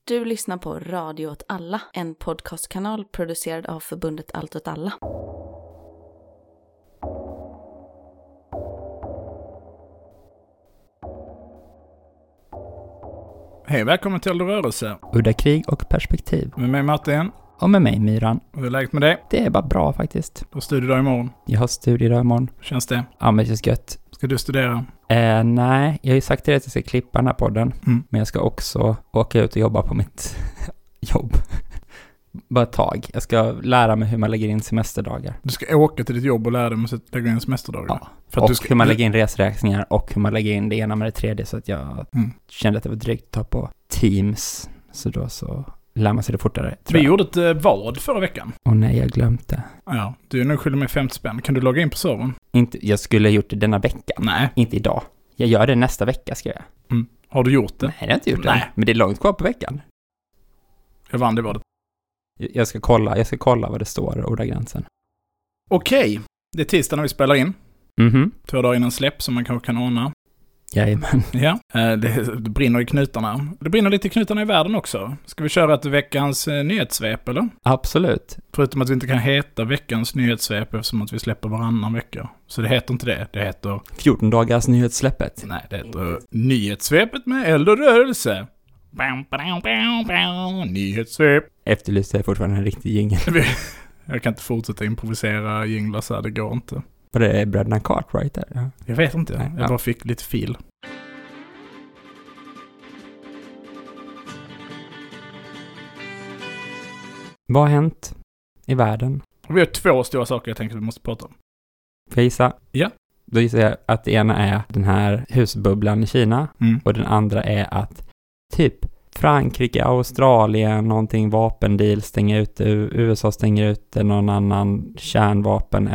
Du lyssnar på Radio åt alla, en podcastkanal producerad av förbundet Allt åt alla. Hej, välkommen till Rörelse. Udda krig och perspektiv. Med mig Martin. Och med mig Myran. Hur är läget med dig? Det är bara bra faktiskt. Du har studiedag imorgon. Jag har studiedag imorgon. Hur känns det? Ja, men det känns gött. Ska du studera? Nej, jag har ju sagt till dig att jag ska klippa den här podden. Men jag ska också åka ut och jobba på mitt jobb. Bara ett tag. Jag ska lära mig hur man lägger in semesterdagar. Du ska åka till ditt jobb och lära dig att lägga in semesterdagar? Ja, för att och hur man lägger in resräkningar och hur man lägger in det ena med det tredje. Så att jag kände att det var drygt att ta på Teams. Så då så lär man sig det fortare. Vi gjorde ett vad förra veckan. Och nej, jag glömde. Ja, du är nu skyldig mig 50 spänn. Kan du logga in på servern? Inte, jag skulle ha gjort det denna vecka. Nej. Inte idag. Jag gör det nästa vecka, ska jag. Har du gjort det? Nej, jag har inte gjort det. Nej. Men det är långt kvar på veckan. Jag vann det vadet. Jag ska kolla vad det står, ordagränsen. Okej, det är tisdag när vi spelar in. 2 dagar innan släpp som man kanske kan ana. Jajamän. Ja, det brinner i knutarna. Det brinner lite i knutarna i världen också. Ska vi köra ett veckans nyhetssvep, eller? Absolut. Förutom att vi inte kan heta veckans nyhetssvep eftersom att vi släpper varannan vecka. Så det heter inte det. Det heter 14 dagars nyhetssläppet. Nej, det heter nyhetssvepet med eld och rörelse. Nyhetssvep. Efterlyser jag fortfarande en riktig jingel. Jag kan inte fortsätta improvisera jinglar så här, det går inte. Var det bröderna Cartwright där? Ja. Jag vet inte. Nej, jag bara fick lite fil. Vad har hänt i världen? Vi har 2 stora saker jag tänker att vi måste prata om. Får jag gissa? Ja. Då gissar jag att det ena är den här husbubblan i Kina. Och den andra är att typ Frankrike, Australien, någonting vapendeal stänger ut, USA stänger ut någon annan kärndrivna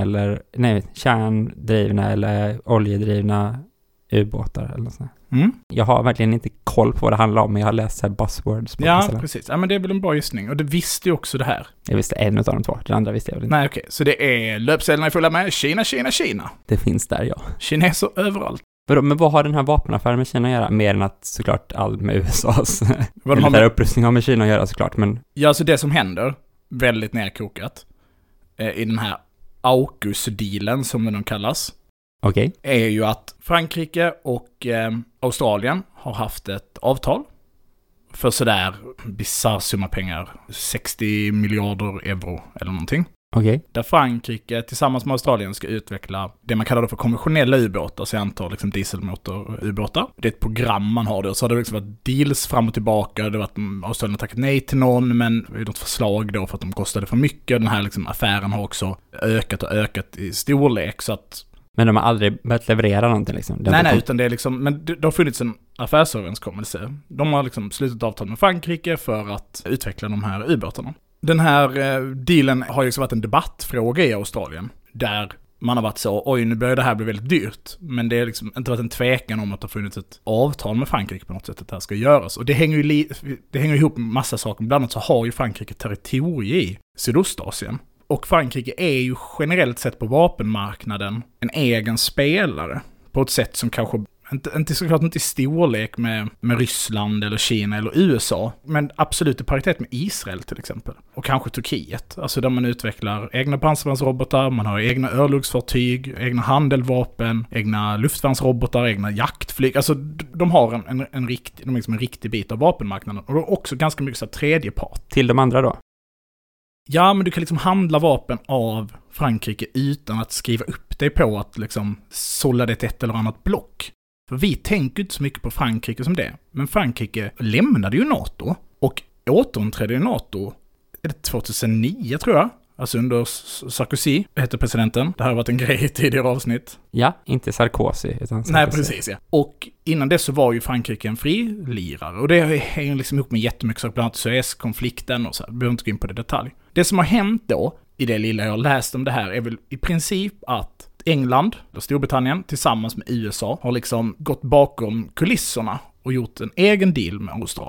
eller oljedrivna ubåtar eller så. Jag har verkligen inte koll på vad det handlar om, men jag har läst så här buzzwords på Ja, precis. Ja, men det är väl en bra gissning. Och det visste ju också det här. Jag visste en av de 2. Den andra visste jag väl inte. Nej, okej. Så det är löpsedlarna är fulla med Kina, Kina, Kina. Det finns där, ja. Kineser överallt. Men vad har den här vapenaffären med Kina att göra? Mer än att såklart allt med USAs upprustning har med Kina att göra såklart. Men... Ja, alltså det som händer, väldigt nerkokat, i den här AUKUS-dealen som den kallas. Okej. Är ju att Frankrike och Australien har haft ett avtal för sådär bizarr summa pengar, 60 miljarder euro eller någonting. Okej. Där Frankrike tillsammans med Australien ska utveckla det man kallar för konventionella ubåtar, så jag antar liksom dieselmotorubåtar. Det är ett program man har det, och så har det liksom varit deals fram och tillbaka. Det har varit Australien har tackat nej till någon, men det är något förslag då för att de kostade för mycket. Den här liksom affären har också ökat i storlek, så att... Men de har aldrig börjat leverera någonting liksom? Nej, utan det är liksom... Men det har funnits en affärsöverenskommelse. De har liksom slutit avtal med Frankrike för att utveckla de här ubåtarna. Den här dealen har ju varit en debattfråga i Australien, där man har varit så, oj, nu börjar det här bli väldigt dyrt. Men det har liksom inte varit en tvekan om att det har funnits ett avtal med Frankrike på något sätt att det här ska göras. Och det hänger ju ihop med massa saker. Bland annat så har ju Frankrike territorier i Sydostasien. Och Frankrike är ju generellt sett på vapenmarknaden en egen spelare på ett sätt som kanske inte i storlek med Ryssland eller Kina eller USA, men absolut i paritet med Israel till exempel. Och kanske Turkiet, alltså där man utvecklar egna pansarvärnsrobotar, man har egna örlogsfartyg, egna handeldvapen, egna luftvärnsrobotar, egna jaktflyg. Alltså de har en riktig bit av vapenmarknaden, och då också ganska mycket så tredje part. Till de andra då? Ja, men du kan liksom handla vapen av Frankrike utan att skriva upp dig på att liksom sålla det ett eller annat block. För vi tänker inte så mycket på Frankrike som det. Men Frankrike lämnade ju NATO och återinträdde i NATO 2009 tror jag. Alltså under Sarkozy, heter presidenten. Det här har varit en grej i tidigare avsnitt. Ja, inte Sarkozy utan Sarkozy. Nej, precis, ja. Och innan det så var ju Frankrike en frilirare. Och det hänger liksom ihop med jättemycket saker, bland annat Suez-konflikten och så här. Vi behöver inte gå in på det i detalj. Det som har hänt då, i det lilla jag har läst om det här, är väl i princip att England, eller Storbritannien, tillsammans med USA har liksom gått bakom kulisserna och gjort en egen deal med Australien.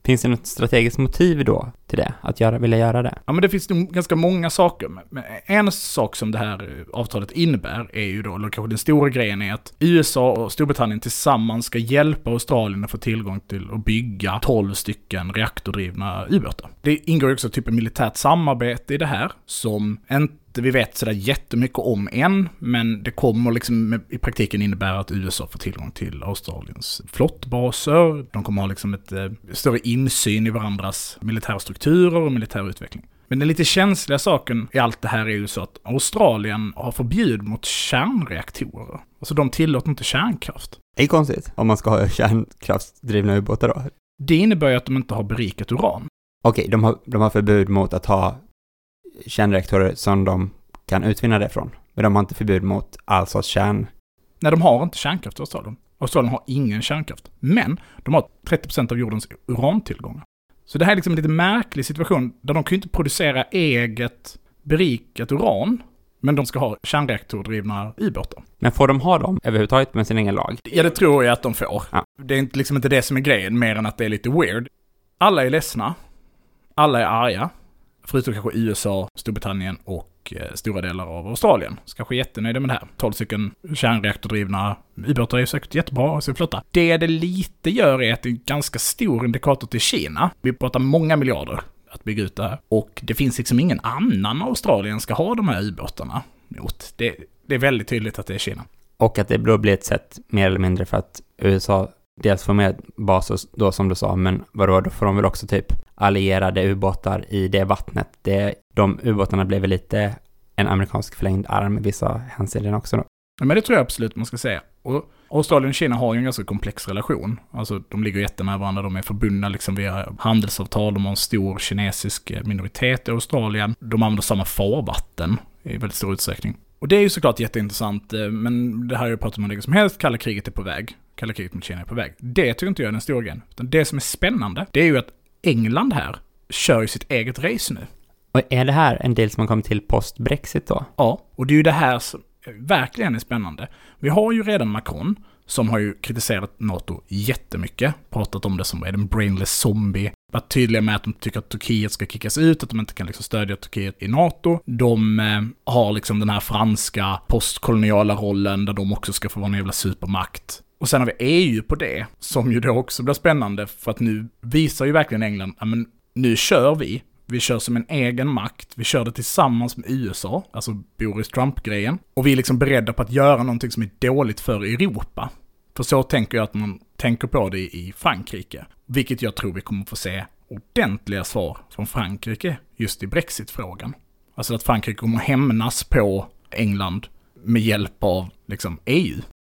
Finns det något strategiskt motiv då till det, att vilja göra det? Ja, men det finns ganska många saker. Men en sak som det här avtalet innebär är ju då, eller kanske den stora grejen är att USA och Storbritannien tillsammans ska hjälpa Australien att få tillgång till att bygga 12 stycken reaktordrivna ubåtar. Det ingår också typ av militärt samarbete i det här som inte vi vet sådär jättemycket om än, men det kommer liksom i praktiken innebära att USA får tillgång till Australiens flottbaser. De kommer ha liksom ett större insyn i varandras militära strukturer och militär utveckling. Men den lite känsliga saken i allt det här är ju så att Australien har förbjud mot kärnreaktorer. Alltså de tillåter inte kärnkraft. Det är konstigt om man ska ha kärnkraftsdrivna ubåtar då. Det innebär ju att de inte har berikat uran. Okej, de har förbud mot att ha kärnreaktorer som de kan utvinna det från. Men de har inte förbud mot all sorts kärn. Nej, de har inte kärnkraft i Australien. Australien har ingen kärnkraft. Men de har 30% av jordens urantillgångar. Så det här är liksom en lite märklig situation där de kan ju inte producera eget berikat uran, men de ska ha kärnreaktordrivna ubåtar. Men får de ha dem överhuvudtaget med sin egen lag? Ja, det tror jag att de får. Ja. Det är liksom inte det som är grejen, mer än att det är lite weird. Alla är ledsna. Alla är arga. Förutom kanske USA, Storbritannien och stora delar av Australien. Så kanske jättenöjda med det här. 12 stycken kärnreaktordrivna ubåtar är säkert jättebra och så flotta. Det lite gör är att det är en ganska stor indikator till Kina. Vi pratar många miljarder att bygga ut det här. Och det finns liksom ingen annan Australien ska ha de här ubåtarna mot. Det är väldigt tydligt att det är Kina. Och att det blir ett sätt mer eller mindre för att USA dels får med baser då som du sa, men då får de väl också typ allierade ubåtar i det vattnet. De ubåtarna blev väl lite en amerikansk förlängd arm i vissa hänseenden också då. Ja, men det tror jag absolut man ska säga. Och Australien och Kina har ju en ganska komplex relation. Alltså de ligger jättenära varandra, de är förbundna liksom via handelsavtal, de har en stor kinesisk minoritet i Australien. De använder samma farvatten i väldigt stor utsträckning. Och det är ju såklart jätteintressant, men det här är ju pratat om det som helst, kalla kriget är på väg. Kalla kriget mot Kina är på väg. Det tycker inte jag är den stora grejen. Utan det som är spännande, det är ju att England här kör ju sitt eget race nu. Och är det här en del som har kommit till post-Brexit då? Ja, och det är ju det här som verkligen är spännande. Vi har ju redan Macron som har ju kritiserat NATO jättemycket. Pratat om det som är en brainless zombie. Varit tydliga med att de tycker att Turkiet ska kickas ut, att de inte kan liksom stödja Turkiet i NATO. De har liksom den här franska postkoloniala rollen där de också ska få vara en jävla supermakt. Och sen har vi EU på det, som ju då också blir spännande för att nu visar ju verkligen England, ja men nu kör vi. Vi kör som en egen makt. Vi kör det tillsammans med USA, alltså Boris Trump-grejen. Och vi är liksom beredda på att göra någonting som är dåligt för Europa. För så tänker jag att man tänker på det i Frankrike. Vilket jag tror vi kommer få se ordentliga svar från Frankrike just i Brexit-frågan. Alltså att Frankrike kommer hämnas på England med hjälp av liksom EU.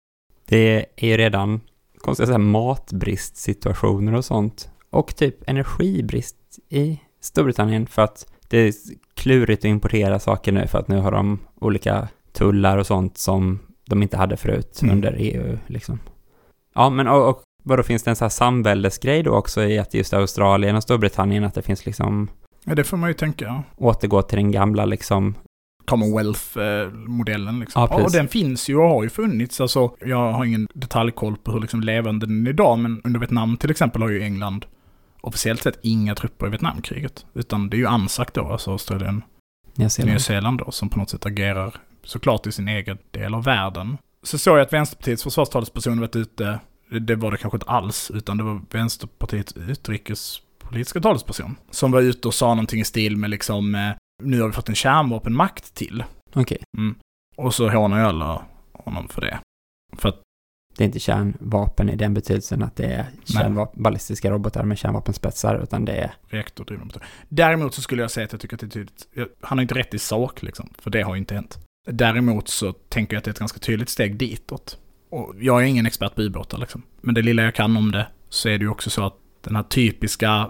Det är ju redan, konstigt att säga, matbristsituationer och sånt. Och typ energibrist i Storbritannien för att det är klurigt att importera saker nu för att nu har de olika tullar och sånt som de inte hade förut under EU liksom. Ja, men och vadå, finns det en så här samväldesgrej då också i att just Australien och Storbritannien att det finns liksom... Ja, det får man ju tänka. Återgå till den gamla liksom... Commonwealth-modellen liksom. Ja, och den finns ju och har ju funnits. Alltså, jag har ingen detaljkoll på hur liksom levande den är idag, men under Vietnam till exempel har ju England officiellt sett inga trupper i Vietnamkriget. Utan det är ju ansagt då, alltså Australien, Nya Zeeland då, som på något sätt agerar såklart i sin egen del av världen. Så såg jag att Vänsterpartiets försvarstalesperson varit ute, det var det kanske inte alls, utan det var Vänsterpartiets utrikespolitiska talesperson som var ute och sa någonting i stil med liksom, nu har vi fått en kärnvapenmakt till. Okej. Och så hånar jag alla honom för det. För att det är inte kärnvapen i den betydelsen att det är ballistiska robotar med kärnvapenspetsar, utan det är reaktordrivna robotar. Däremot så skulle jag säga att jag tycker att det är tydligt. Han har inte rätt i sak liksom, för det har ju inte hänt. Däremot så tänker jag att det är ett ganska tydligt steg ditåt. Och jag är ingen expert på ubåtar liksom. Men det lilla jag kan om det så är det ju också så att den här typiska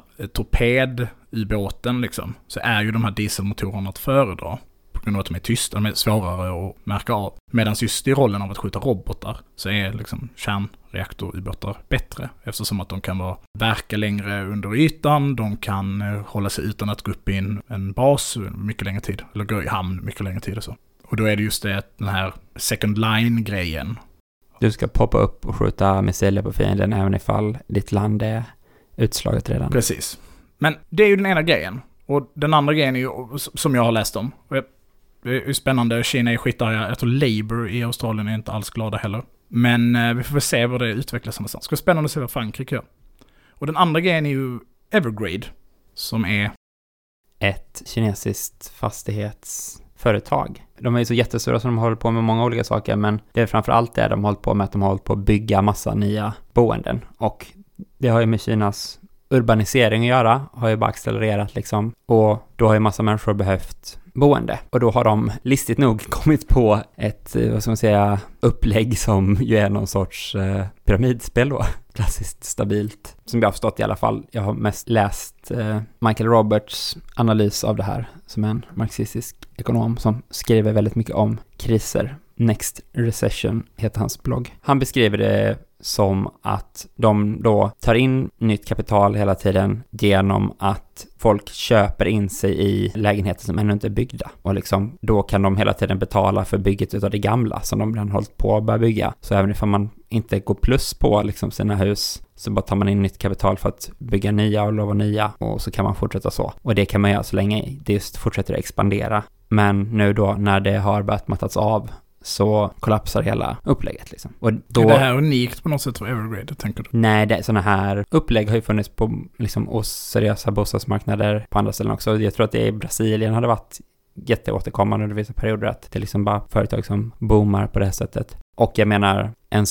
torpedubåten liksom, så är ju de här dieselmotorerna att föredra. På grund av att de är tysta, de är svårare att märka av. Medan just i rollen av att skjuta robotar så är liksom kärnreaktorubåtar bättre. Eftersom att de kan verka längre under ytan, de kan hålla sig utan att gå upp i en bas mycket längre tid. Eller gå i hamn mycket längre tid och så. Och då är det just det, den här second line-grejen. Du ska poppa upp och skjuta missiler på fienden även ifall ditt land är utslaget redan. Precis. Men det är ju den ena grejen. Och den andra grejen är ju, som jag har läst om. Och det är ju spännande. Kina är skitarga. Jag tror Labour i Australien är inte alls glada heller. Men vi får väl se vad det utvecklas någonstans. Det ska vara spännande att se vad Frankrike gör. Och den andra grejen är ju Evergrande. Som är ett kinesiskt fastighetsföretag. De är ju så jättestora som de håller på med många olika saker, men det är framförallt det de håller på med, att de håller på att bygga massa nya boenden. Och det har ju med Kinas urbanisering att göra, har ju bara accelererat liksom. Och då har ju massa människor behövt boende. Och då har de listigt nog kommit på ett, vad ska man säga, upplägg som ju är någon sorts pyramidspel då. Klassiskt stabilt. Som jag har förstått i alla fall. Jag har mest läst Michael Roberts analys av det här, som är en marxistisk ekonom som skriver väldigt mycket om kriser. Next Recession heter hans blogg. Han beskriver det som att de då tar in nytt kapital hela tiden genom att folk köper in sig i lägenheter som ännu inte är byggda. Och liksom, då kan de hela tiden betala för bygget av det gamla som de redan hållit på att börja bygga. Så även om man inte går plus på liksom sina hus, så bara tar man in nytt kapital för att bygga nya och lova nya, och så kan man fortsätta så. Och det kan man göra så länge det just fortsätter att expandera. Men nu då, när det har börjat mattats av, så kollapsar hela upplägget liksom. Och då, är det här unikt på något sätt för Evergrande, tänker du? Nej, sådana här upplägg har ju funnits på liksom oseriösa bostadsmarknader på andra ställen också. Jag tror att det i Brasilien hade varit jätteåterkommande under vissa perioder, att det är liksom bara företag som boomar på det här sättet. Och jag menar,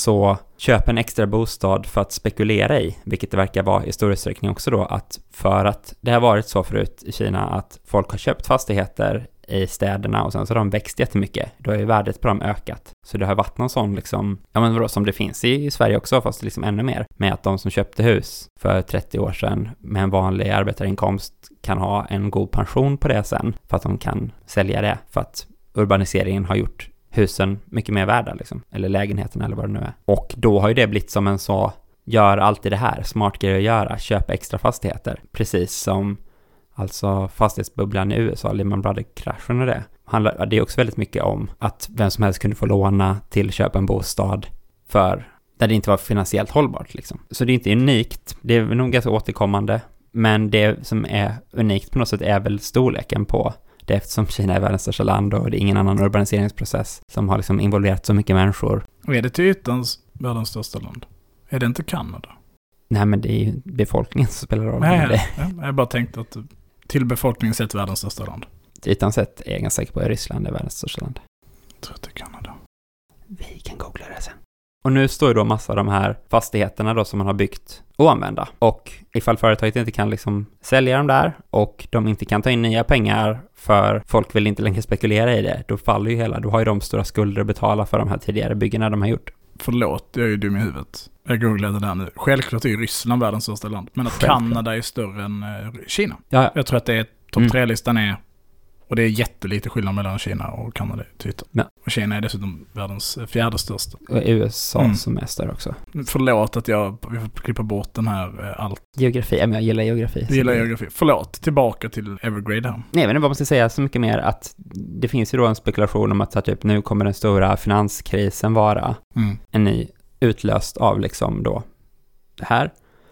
köp en extra bostad för att spekulera i, vilket det verkar vara i stor utsträckning också då, att för att det har varit så förut i Kina att folk har köpt fastigheter i städerna och sen så har de växt jättemycket. Då har ju värdet på dem ökat. Så det har varit någon sån liksom, ja men vadå, som det finns i Sverige också, fast liksom ännu mer, med att de som köpte hus för 30 år sedan med en vanlig arbetarinkomst kan ha en god pension på det sen, för att de kan sälja det, för att urbaniseringen har gjort husen mycket mer värda liksom, eller lägenheterna eller vad det nu är. Och då har ju det blivit som en så, gör alltid det här, smart grej att göra, köp extra fastigheter. Precis som alltså fastighetsbubblan i USA, Lehman Brothers-kraschen och det. Det är också väldigt mycket om att vem som helst kunde få låna till köpa en bostad för där det inte var finansiellt hållbart liksom. Så det är inte unikt, det är nog ganska återkommande, men det som är unikt på något sätt är väl storleken på det, eftersom Kina är världens största land och det är ingen annan urbaniseringsprocess som har liksom involverat så mycket människor. Och är det till ytans världens största land? Är det inte Kanada? Nej, men det är ju befolkningen som spelar roll. Nej, jag bara tänkte att till befolkningen sett världens största land. Utan sett är jag ganska säker på att Ryssland är världens största land. Jag tror att det är Kanada. Vi kan googla det sen. Och nu står ju då massa av de här fastigheterna då som man har byggt oanvända. Och ifall företaget inte kan liksom sälja dem där och de inte kan ta in nya pengar för folk vill inte längre spekulera i det, då faller ju hela, då har ju de stora skulder att betala för de här tidigare byggena de har gjort. Förlåt, jag är ju dum i huvudet. Jag googlade det där nu. Självklart är ju Ryssland världens största land. Men att Kanada är större än Kina. Ja. Jag tror att det är topp 3-listan är. Och det är jättelite skillnad mellan Kina och Kanada typ. Ja. Och Kina är dessutom världens 4:e största. Och USA som är större också. Förlåt att vi får klippa bort den här allt. Geografi, men jag gillar geografi. Du gillar geografi. Förlåt, tillbaka till Evergrande här. Nej, men vad man ska säga så mycket mer att det finns ju då en spekulation om att typ, nu kommer den stora finanskrisen vara en ny utlöst av liksom då det här.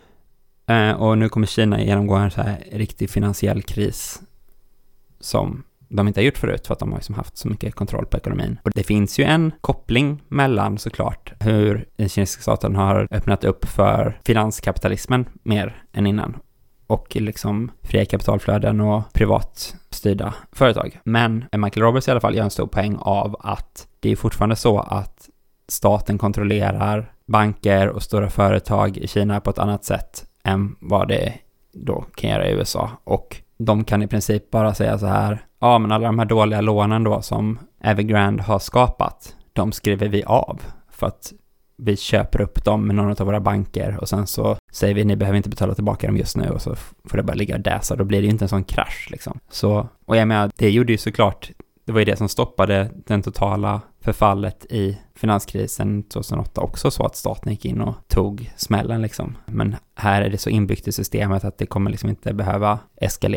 Och nu kommer Kina genomgå en så här riktig finansiell kris som de inte har gjort förut, för att de har liksom haft så mycket kontroll på ekonomin. Och det finns ju en koppling mellan såklart hur den kinesiska staten har öppnat upp för finanskapitalismen mer än innan. Och liksom fria kapitalflöden och privatstyrda företag. Men Michael Roberts i alla fall gör en stor poäng av att det är fortfarande så att staten kontrollerar banker och stora företag i Kina på ett annat sätt än vad det då kan göra i USA. Och de kan i princip bara säga så här, ja men alla de här dåliga lånen då som Evergrande har skapat, de skriver vi av för att vi köper upp dem med någon av våra banker och sen så säger vi, ni behöver inte betala tillbaka dem just nu, och så får det bara ligga och däsa, då blir det ju inte en sån krasch liksom. Så, och jag menar, det gjorde ju såklart, det var ju det som stoppade den totala förfallet i finanskrisen 2008 också, så att staten gick in och tog smällen liksom. Men här är det så inbyggt i systemet att det kommer liksom inte behöva eskalera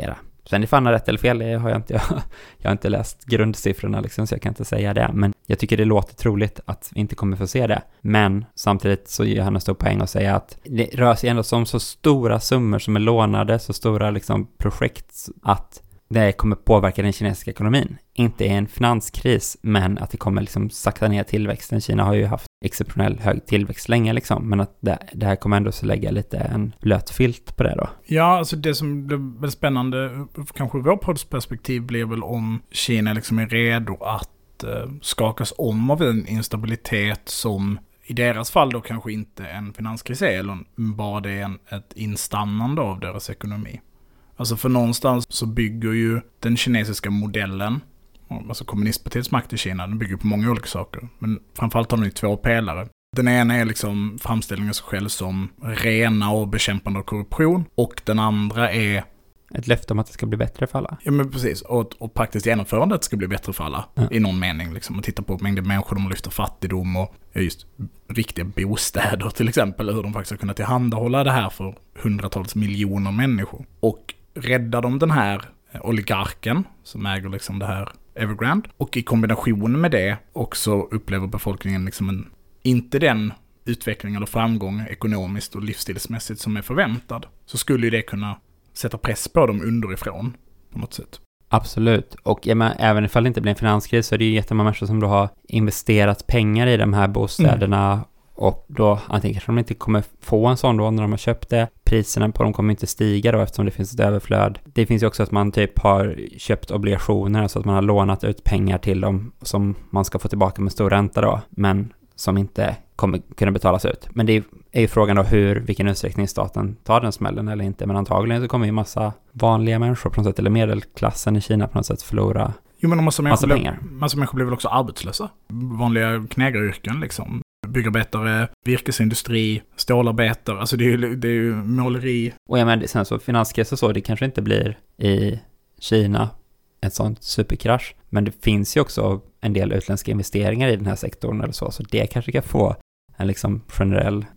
Sen ifall han har rätt eller fel, det har jag har inte läst grundsiffrorna liksom, så jag kan inte säga det. Men jag tycker det låter troligt att vi inte kommer få se det. Men samtidigt så ger han en stor poäng och säger att det rör sig ändå om så stora summor som är lånade, så stora liksom projekt, att det kommer påverka den kinesiska ekonomin. Inte en finanskris, men att det kommer liksom sakta ner tillväxten. Kina har ju haft exceptionell hög tillväxt länge liksom, men att det här kommer ändå så lägga lite en blöt filt på det då. Ja, alltså det som blir väldigt spännande, kanske ur vår poddsperspektiv, blir väl om Kina liksom är redo att skakas om av en instabilitet som i deras fall då kanske inte en finanskris är, eller bara det är ett instannande av deras ekonomi. Alltså för någonstans så bygger ju den kinesiska modellen, alltså kommunistpartiets makt i Kina, den bygger på många olika saker. Men framförallt har den ju 2 pelare. Den ena är liksom framställningen av sig själv som rena och bekämpande av korruption. Och den andra är ett löfte om att det ska bli bättre för alla. Ja, men precis. Och praktiskt genomförandet ska bli bättre för alla. Ja. I någon mening. Liksom. Man tittar på mängder människor, de lyfter fattigdom och just riktiga bostäder till exempel. Hur de faktiskt har kunnat tillhandahålla det här för hundratals miljoner människor. Och räddar de den här oligarken som äger liksom det här Evergrande. Och i kombination med det också upplever befolkningen liksom inte den utveckling eller framgång ekonomiskt och livsstilsmässigt som är förväntad. Så skulle ju det kunna sätta press på dem underifrån på något sätt. Absolut. Och även ifall det inte blir en finanskris så är det ju jättemånga människor som då har investerat pengar i de här bostäderna. Och då antingen kanske de inte kommer få en sån då när de har köpt det. Priserna på dem kommer inte stiga då eftersom det finns ett överflöd. Det finns ju också att man typ har köpt obligationer, alltså att man har lånat ut pengar till dem som man ska få tillbaka med stor ränta då. Men som inte kommer kunna betalas ut. Men det är ju frågan då vilken utsträckning staten tar den smällen eller inte. Men antagligen så kommer ju massa vanliga människor på något sätt, eller medelklassen i Kina på något sätt förlora massa pengar. Massa människor blir väl också arbetslösa. Vanliga knägaryrken liksom. Byggarbetare, virkesindustri, stålarbetare, alltså det är ju måleri. Och men sen så finanskris och så, det kanske inte blir i Kina ett sånt superkrasch, men det finns ju också en del utländska investeringar i den här sektorn eller så det kanske kan få en liksom generell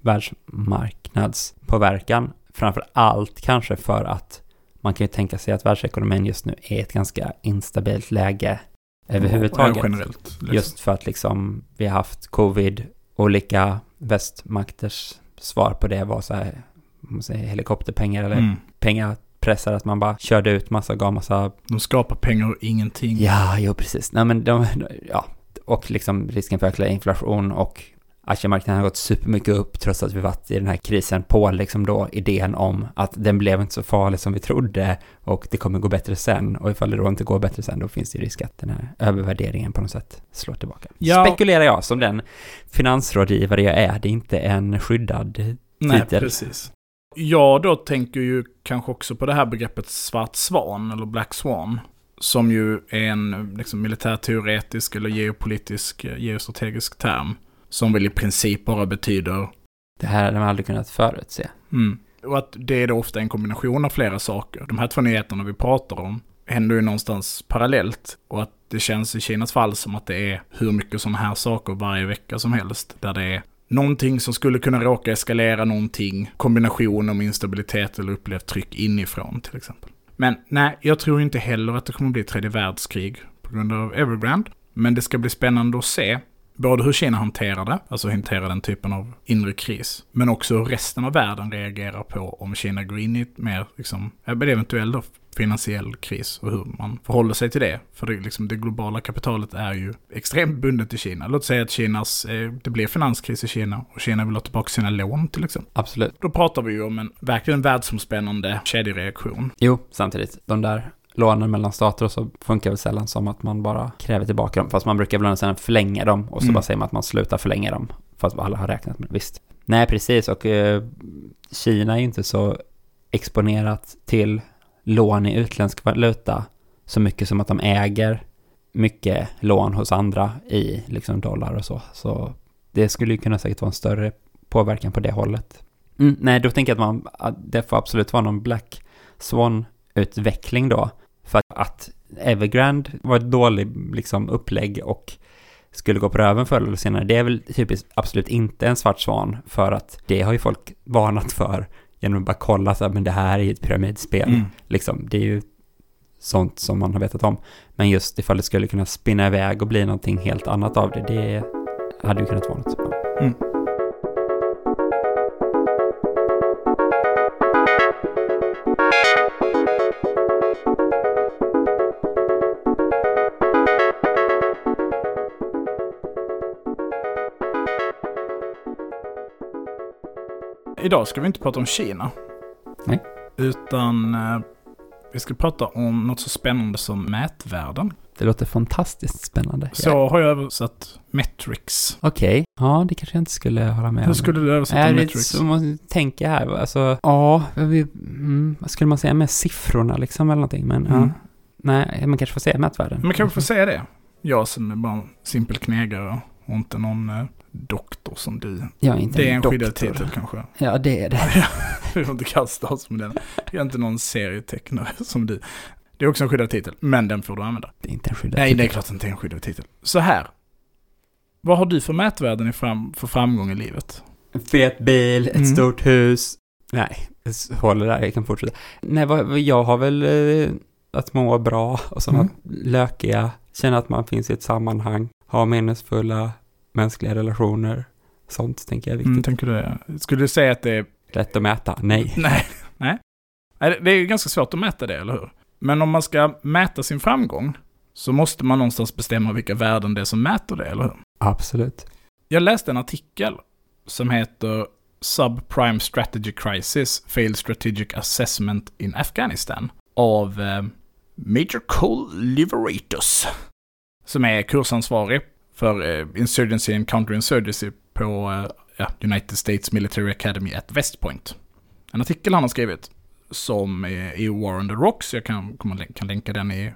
världsmarknadspåverkan, framför allt kanske för att man kan ju tänka sig att världsekonomin just nu är ett ganska instabilt läge överhuvudtaget. Ja, generellt. Liksom. Just för att liksom vi har haft covid, olika västmakters svar på det var så här, helikopterpengar eller pengapressar, att man bara körde ut gav massa... De skapar pengar och ingenting. Ja, jo precis. Nej, men och liksom risken för ökad inflation, och aktiemarknaden har gått supermycket upp trots att vi varit i den här krisen på liksom då idén om att den blev inte så farlig som vi trodde och det kommer gå bättre sen, och ifall det då inte går bättre sen då finns det risk att den här övervärderingen på något sätt slår tillbaka. Ja. Spekulerar jag som den finansrådgivare jag är, det är inte en skyddad titel. Nej, precis. Jag då tänker ju kanske också på det här begreppet svart svan eller black swan, som ju är en liksom militärteoretisk eller geostrategisk term. Som väl i princip bara betyder... Det här hade man aldrig kunnat förutse. Och att det är då ofta en kombination av flera saker. De här 2 nyheterna vi pratar om händer ju någonstans parallellt. Och att det känns i Kinas fall som att det är hur mycket sådana här saker varje vecka som helst. Där det är någonting som skulle kunna råka eskalera någonting. Kombination om instabilitet eller upplevt tryck inifrån till exempel. Men nej, jag tror inte heller att det kommer bli ett 3:e världskrig på grund av Evergrande. Men det ska bli spännande att se både hur Kina hanterar det, alltså hanterar den typen av inre kris, men också hur resten av världen reagerar på om Kina går in i ett mer liksom, eventuellt finansiell kris och hur man förhåller sig till det. För det globala kapitalet är ju extremt bundet till Kina. Låt säga att det blir finanskris i Kina och Kina vill ha tillbaka sina lån till exempel. Absolut. Då pratar vi ju om en verkligen världsomspännande kedjereaktion. Jo, samtidigt. De där lånen mellan stater och så funkar väl sällan som att man bara kräver tillbaka dem. Fast man brukar väl sedan förlänga dem och så bara säger man att man slutar förlänga dem. Fast alla har räknat med det. Visst. Nej, precis. Och Kina är ju inte så exponerat till lån i utländsk valuta så mycket som att de äger mycket lån hos andra i liksom dollar och så. Så det skulle ju kunna säkert vara en större påverkan på det hållet. Nej, då tänker jag att det får absolut vara någon Black Swan-utveckling då. För att Evergrande var ett dåligt liksom, upplägg och skulle gå på röven förr eller senare. Det är väl typiskt absolut inte en svart svan, för att det har ju folk varnat för genom att bara kolla så här, men det här är ett pyramidspel. Liksom, det är ju sånt som man har vetat om. Men just ifall det skulle kunna spinna iväg och bli någonting helt annat av det, det hade ju kunnat vara något. Mm. Idag ska vi inte prata om Kina. Nej. Utan vi ska prata om något så spännande som mätvärden. Det låter fantastiskt spännande. Så har jag översatt metrics. Okej. Ja, det kanske jag inte skulle hålla med om. Hur skulle du översätta metrics? Så man tänker här, alltså, vad skulle man säga med siffrorna liksom eller någonting, men nej, man kanske får säga mätvärden. Man kanske får säga det. Jag som är bara en simpel knegare och inte någon doktor som du. Jag är inte det är en doktor. skyddad titel kanske. Ja, det är det. Vi får inte kasta oss med den. Jag är inte någon serietecknare som du. Det är också en skyddad titel, men den får du använda. Det är inte en skyddad titel. Nej, titel. det är klart inte en skyddad titel. Så här. Vad har du för mätvärden för framgång i livet? En fet bil, ett stort hus. Nej, jag håller där, jag kan fortsätta. Nej, jag har väl att må bra och sådana lökiga. Känna att man finns i ett sammanhang. Ha meningsfulla mänskliga relationer. Sånt tänker jag är viktigt. Tänker du, skulle du säga att det är lätt att mäta? Nej. Nej. Det är ju ganska svårt att mäta det, eller hur? Men om man ska mäta sin framgång så måste man någonstans bestämma vilka värden det är som mäter det, eller hur? Absolut. Jag läste en artikel som heter Subprime Strategy Crisis, Failed Strategic Assessment in Afghanistan av Major Cole Liveratus, som är kursansvarig för Insurgency and Counterinsurgency på United States Military Academy at West Point. En artikel han har skrivit som är i War on the Rocks. Jag kan länka den i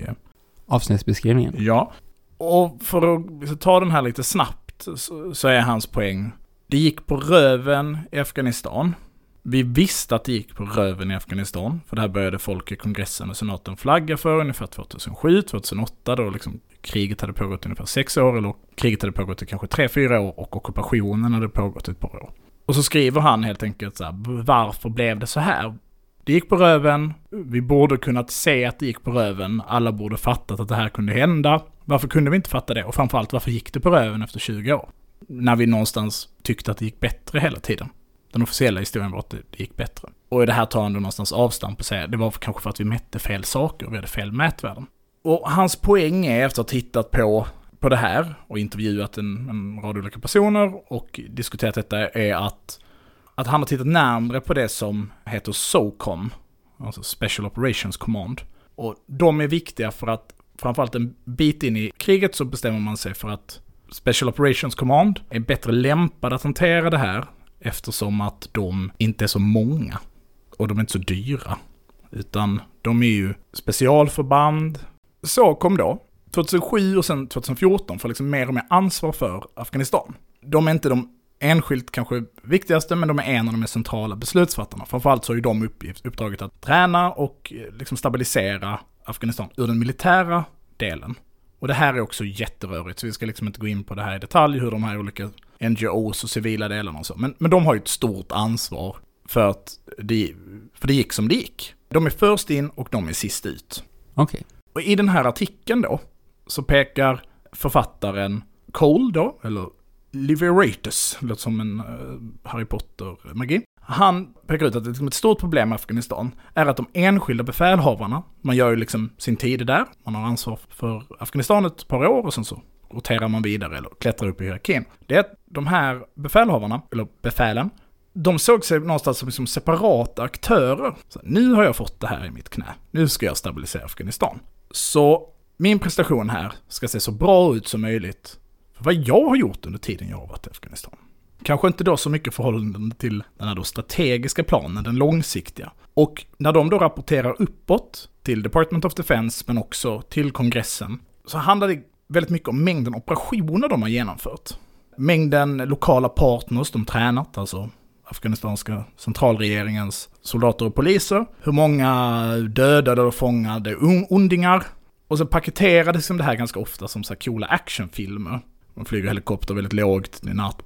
avsnittsbeskrivningen. Ja. Och för att ta den här lite snabbt så är hans poäng: det gick på röven i Afghanistan. Vi visste att det gick på röven i Afghanistan, för det här började folk i kongressen och senaten flagga för ungefär 2007-2008, då liksom kriget hade pågått ungefär 6 år, eller kriget hade pågått i kanske 3-4 år och ockupationen hade pågått ett par år. Och så skriver han helt enkelt så här: varför blev det så här? Det gick på röven, vi borde kunnat se att det gick på röven, alla borde fattat att det här kunde hända. Varför kunde vi inte fatta det? Och framförallt, varför gick det på röven efter 20 år? När vi någonstans tyckte att det gick bättre hela tiden. Den officiella historien var att det gick bättre. Och i det här tar han då någonstans avstamp och säger det var kanske för att vi mätte fel saker, vi hade fel mätvärden. Och hans poäng är, efter att ha tittat på det här och intervjuat en rad olika personer och diskuterat detta, är att han har tittat närmare på det som heter SOCOM, alltså Special Operations Command. Och de är viktiga för att framförallt en bit in i kriget så bestämmer man sig för att Special Operations Command är bättre lämpade att hantera det här, eftersom att de inte är så många och de är inte så dyra, utan de är ju specialförband. Så kom då 2007 och sen 2014 får liksom mer och mer ansvar för Afghanistan. De är inte de enskilt kanske viktigaste, men de är en av de mer centrala beslutsfattarna. Framförallt så är ju de uppdraget att träna och liksom stabilisera Afghanistan ur den militära delen. Och det här är också jätterörigt, så vi ska liksom inte gå in på det här i detalj, hur de här olika NGOs och civila delarna och så. Men de har ju ett stort ansvar för att det gick som det gick. De är först in och de är sist ut. Okej. Och i den här artikeln då så pekar författaren Cole då, eller Liveratus, låter som en Harry Potter-magi. Han pekar ut att liksom ett stort problem med Afghanistan är att de enskilda befälhavarna, man gör ju liksom sin tid där, man har ansvar för Afghanistan ett par år och sen så roterar man vidare eller klättrar upp i hierarkin. Det är att de här befälhavarna, eller befälen, de såg sig någonstans som liksom separata aktörer. Så nu har jag fått det här i mitt knä, nu ska jag stabilisera Afghanistan. Så min prestation här ska se så bra ut som möjligt för vad jag har gjort under tiden jag har varit i Afghanistan. Kanske inte då så mycket förhållande till den här då strategiska planen, den långsiktiga. Och när de då rapporterar uppåt till Department of Defense men också till kongressen, så handlar det väldigt mycket om mängden operationer de har genomfört. Mängden lokala partners de tränat, alltså afghanistanska centralregeringens soldater och poliser. Hur många dödade och fångade ondingar. Och så paketerades det här ganska ofta som så här coola actionfilmer. Man flyger helikopter väldigt lågt i natt.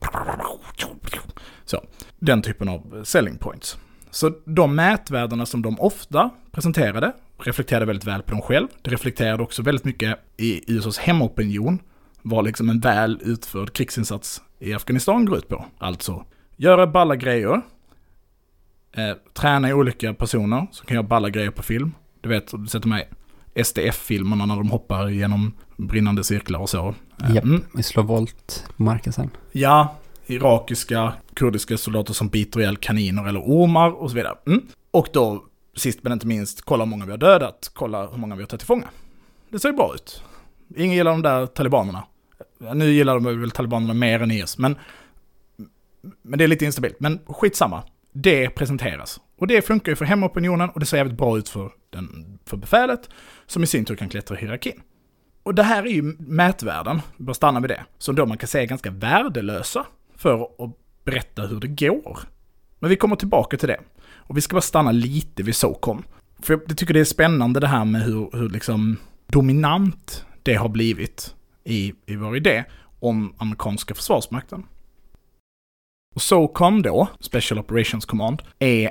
Så, den typen av selling points. Så de mätvärdena som de ofta presenterade reflekterade väldigt väl på dem själv. Det reflekterade också väldigt mycket i USAs hemopinion vad liksom en väl utförd krigsinsats i Afghanistan går ut på. Alltså, göra balla grejer, träna i olika personer som kan göra balla grejer på film. Du vet, du sätter mig SDF-filmerna när de hoppar genom brinnande cirklar och så. Japp, vi slår volt på marken sen. Ja, irakiska, kurdiska soldater som biter ihjäl kaniner eller ormar och så vidare. Och då, sist men inte minst, kolla hur många vi har dödat, kolla hur många vi har tagit till fånga. Det ser ju bra ut. Ingen gillar de där talibanerna. Nu gillar de väl talibanerna mer än IS, men det är lite instabilt. Men skitsamma, det presenteras. Och det funkar ju för hemopinionen och det ser jävligt bra ut för befälet som i sin tur kan klättra i hierarkin. Och det här är ju mätvärden, bara stanna vid det, som då man kan säga är ganska värdelösa för att berätta hur det går. Men vi kommer tillbaka till det. Och vi ska bara stanna lite vid SOCOM. För jag tycker det är spännande det här med hur liksom dominant det har blivit i vår idé om amerikanska försvarsmakten. Och SOCOM då, Special Operations Command, är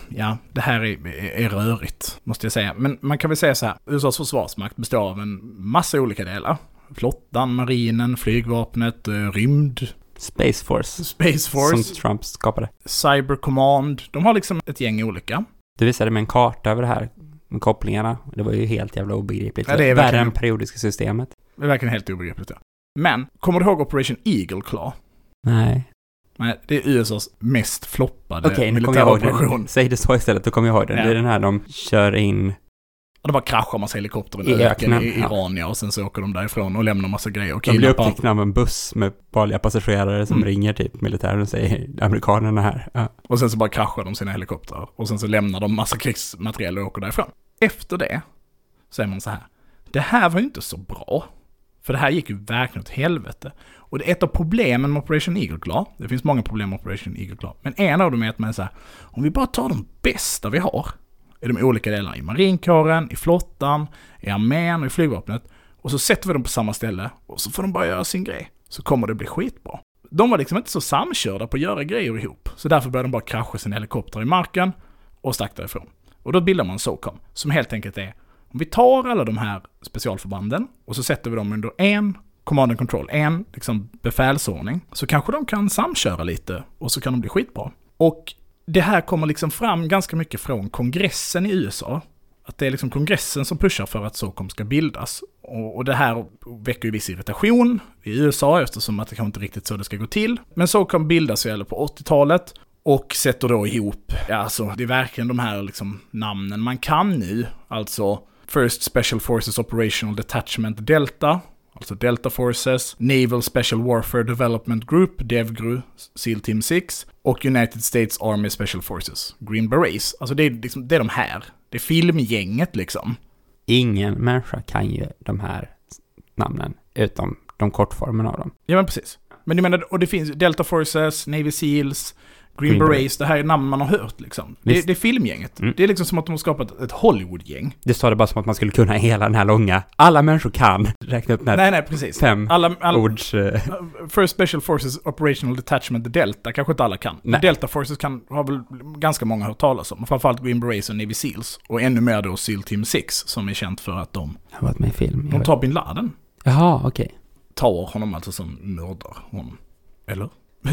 det här är rörigt, måste jag säga. Men man kan väl säga så här, USAs försvarsmakt består av en massa olika delar. Flottan, marinen, flygvapnet, rymd. Space Force. Som Trump skapade. Cyber Command. De har liksom ett gäng olika. Du visade med en karta över det här med kopplingarna. Det var ju helt jävla obegripligt. Ja, det är värre än periodiska systemet. Det är verkligen helt obegripligt, ja. Men, kommer du ihåg Operation Eagle Claw? Nej, det är USAs mest floppade militäroperation. Säg det så istället, då kommer jag ihåg den. Ja. Det är den här de kör in... Och det bara kraschar massa helikopter i öken i Iran, och sen så åker de därifrån och lämnar massa grejer. Och de blir upptäckta av en buss med vanliga passagerare som ringer typ militären och säger amerikanerna här. Ja. Och sen så bara kraschar de sina helikoptrar. Och sen så lämnar de massa krigsmateriel och åker därifrån. Efter det säger man så här: det här var ju inte så bra. För det här gick ju verkligen åt helvete. Och det är ett av problemen med Operation Eagle Claw. Det finns många problem med Operation Eagle Claw. Men en av dem är att man är så här: om vi bara tar de bästa vi har i de olika delarna, i marinkåren, i flottan, i armén och i flygvapnet, och så sätter vi dem på samma ställe och så får de bara göra sin grej, så kommer det bli skitbra. De var liksom inte så samkörda på att göra grejer ihop, så därför började de bara krascha sina helikopter i marken och stack därifrån. Och då bildar man SOCOM, som helt enkelt är: om vi tar alla de här specialförbanden och så sätter vi dem under en command and control, en liksom befälsordning, så kanske de kan samköra lite och så kan de bli skitbra. Och det här kommer liksom fram ganska mycket från kongressen i USA. Att det är liksom kongressen som pushar för att SOCOM ska bildas. Och det här väcker ju viss irritation i USA eftersom att det kanske inte riktigt så det ska gå till. Men SOCOM bildas ju på 80-talet och sätter då ihop, alltså det är verkligen de här liksom namnen man kan nu. Alltså First Special Forces Operational Detachment Delta, alltså Delta Forces, Naval Special Warfare Development Group, DEVGRU, SEAL Team 6, och United States Army Special Forces, Green Berets. Alltså det är de här. Det är filmgänget liksom. Ingen människa kan ju de här namnen, utom de kortformerna av dem. Ja, men precis. Men jag menar, och det finns Delta Forces, Navy Seals, Green Berets, det här är namn man har hört liksom. Det är filmgänget. Det är liksom som att de har skapat ett Hollywood-gäng. Det står det bara som att man skulle kunna hela den här långa. Alla människor kan räkna upp den här. Nej, precis. 5 ords... First Special Forces Operational Detachment Delta, kanske inte alla kan. Nej. Delta Forces har väl ganska många hört talas om. Framförallt Green Berets och Navy Seals. Och ännu mer då SEAL Team 6, som är känt för att de... har varit med i film. De tar Bin Laden. Jaha, okej. Tar honom alltså som mördar honom. Eller?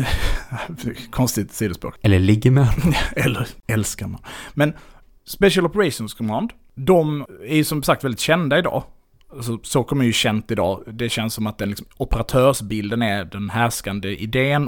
Konstigt sidospråk. Eller ligger med. Eller älskar man. Men Special Operations Command, de är ju som sagt väldigt kända idag. Alltså, så kommer ju känt idag. Det känns som att den liksom, operatörsbilden är den härskande idén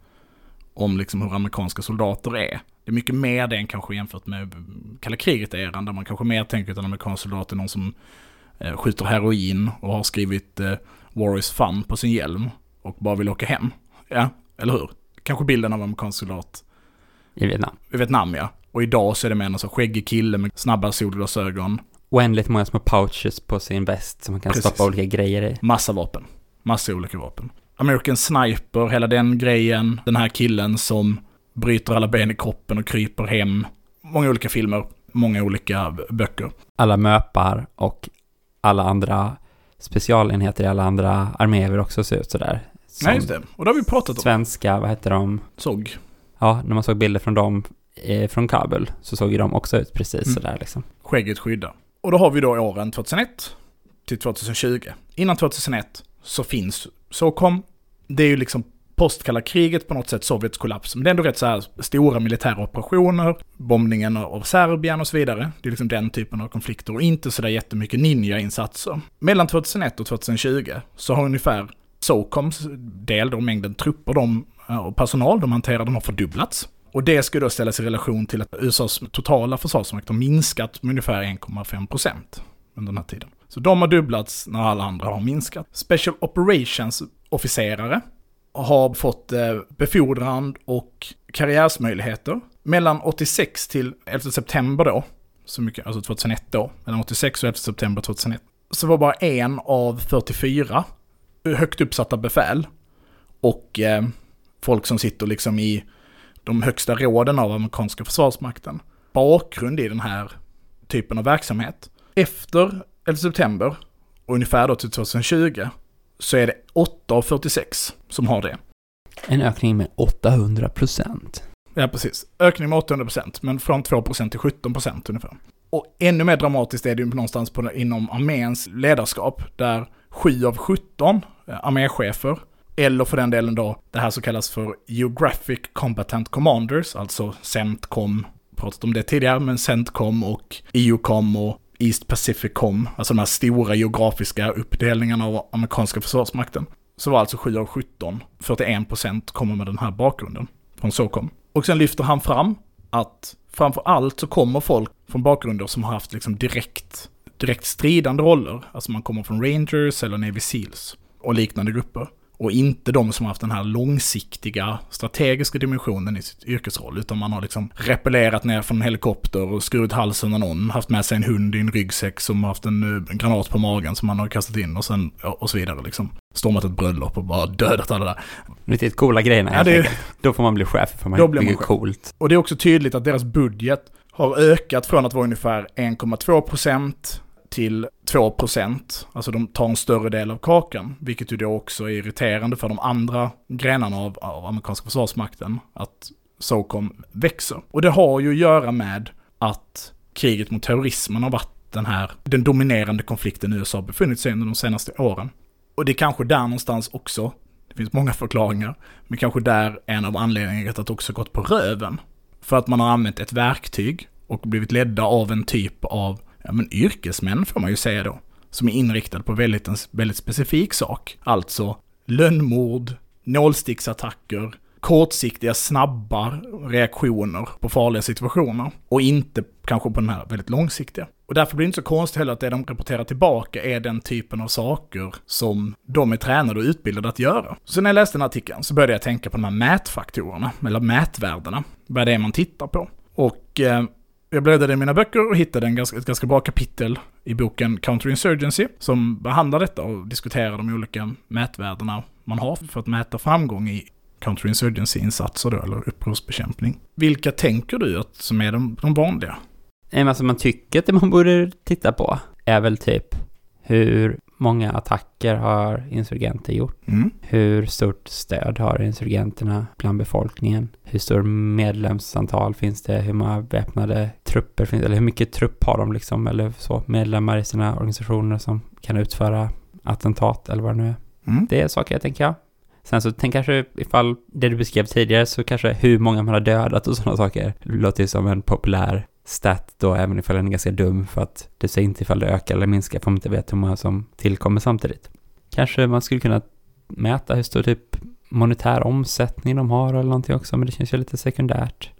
om liksom hur amerikanska soldater är. Det är mycket mer det än kanske jämfört med kalla kriget-eran, där man kanske mer tänker att en amerikansk soldat är någon som skjuter heroin och har skrivit War is fun på sin hjälm och bara vill åka hem. Ja, eller hur? Kanske bilden av amerikansk soldat i Vietnam. I Vietnam, ja. Och idag så är det med en så skäggig kille med snabba solglasögon. Oändligt många små pouches på sin väst som man kan stoppa olika grejer i. Massa vapen. Massa olika vapen. American Sniper, hela den grejen. Den här killen som bryter alla ben i kroppen och kryper hem. Många olika filmer, många olika böcker. Alla möpar och alla andra specialenheter i alla andra arméer vill också se ut sådär. Nej, just det. Och då har vi pratat om. Svenska, vad heter de? SOG. Ja, när man såg bilder från dem från Kabul så såg ju de också ut precis sådär liksom. Skägget skydda. Och då har vi då åren 2001 till 2020. Innan 2001 så finns SOCOM. Det är ju liksom postkalla kriget på något sätt, Sovjets kollaps. Men det är ändå rätt så här stora militära operationer, bombningen av Serbien och så vidare. Det är liksom den typen av konflikter och inte så där jättemycket ninja-insatser. Mellan 2001 och 2020 så har ungefär SOCOMs del, då mängden trupper och personal de hanterar, de har fördubblats. Och det ska då ställas i relation till att USAs totala försvarsmakt har minskat med ungefär 1,5% under den här tiden. Så de har dubblats när alla andra har minskat. Special Operations-officerare har fått befordran och karriärsmöjligheter. Mellan 86 till 11 september då, så mycket, alltså 2001 då, mellan 86 och 11 september 2001, så var bara en av 44 högt uppsatta befäl och folk som sitter liksom i de högsta råden av amerikanska försvarsmakten bakgrund i den här typen av verksamhet. Efter 11 september och ungefär då till 2020 så är det 8 av 46 som har det. En ökning med 800%. Ja, precis. Ökning med 800%, men från 2% till 17% ungefär. Och ännu mer dramatiskt är det ju någonstans inom arméns ledarskap, där 7 av 17 arméchefer, eller för den delen då, det här så kallas för Geographic Combatant Commanders, alltså CENTCOM, pratat om det tidigare, men CENTCOM och EUCOM och East Pacific Com, alltså de här stora geografiska uppdelningarna av amerikanska försvarsmakten. Så var alltså 7 av 17, 41% kommer med den här bakgrunden från SOCOM. Och sen lyfter han fram att framför allt så kommer folk från bakgrunder som har haft liksom direkt stridande roller. Alltså man kommer från Rangers eller Navy Seals och liknande grupper. Och inte de som har haft den här långsiktiga strategiska dimensionen i sitt yrkesroll, utan man har liksom repellerat ner från en helikopter och skurit halsen av någon, haft med sig en hund i en ryggsäck som har haft en granat på magen som man har kastat in och sen och så vidare liksom. Stormat ett bröllop och bara dödat alla där. Riktigt coola grejerna. Ja, då får man bli chef, för man blir coolt. Och det är också tydligt att deras budget har ökat från att vara ungefär 1,2% till 2%. Alltså de tar en större del av kakan, vilket ju då också är irriterande för de andra grenarna av amerikanska försvarsmakten, att SOCOM växer. Och det har ju att göra med att kriget mot terrorismen har varit den dominerande konflikten USA befunnit sig under de senaste åren. Och det är kanske där någonstans också, det finns många förklaringar, men kanske där en av anledningarna att det också gått på röven. För att man har använt ett verktyg och blivit ledda av en typ av yrkesmän får man ju säga då, som är inriktad på en väldigt specifik sak. Alltså lönnmord, nålsticksattacker, kortsiktiga, snabba reaktioner på farliga situationer och inte kanske på den här väldigt långsiktiga. Och därför blir det inte så konstigt heller att det de rapporterar tillbaka är den typen av saker som de är tränade och utbildade att göra. Så när jag läste den här artikeln så började jag tänka på de här mätfaktorerna, eller mätvärdena, vad det är man tittar på. Och jag bläddrade i mina böcker och hittade ett ganska bra kapitel i boken Counterinsurgency som behandlar detta och diskuterar de olika mätvärdena man har för att mäta framgång i counterinsurgency-insatser då, eller upprorsbekämpning. Vilka tänker du att som är de vanliga? Alltså man tycker att det man borde titta på är väl typ hur många attacker har insurgenter gjort? Hur stort stöd har insurgenterna bland befolkningen? Hur stor medlemsantal finns det? Hur många väpnade trupper finns det? Eller hur mycket trupp har de liksom? Eller så medlemmar i sina organisationer som kan utföra attentat eller vad det nu är. Det är saker jag tänker. Sen så tänk kanske ifall det du beskrev tidigare så kanske hur många man har dödat och sådana saker. Det låter ju som en populär stat då, även ifall den är ganska dum, för att det säger inte ifall det ökar eller minskar, för man inte vet hur många som tillkommer samtidigt. Kanske man skulle kunna mäta hur stor typ monetär omsättning de har eller någonting också, men det känns ju lite sekundärt.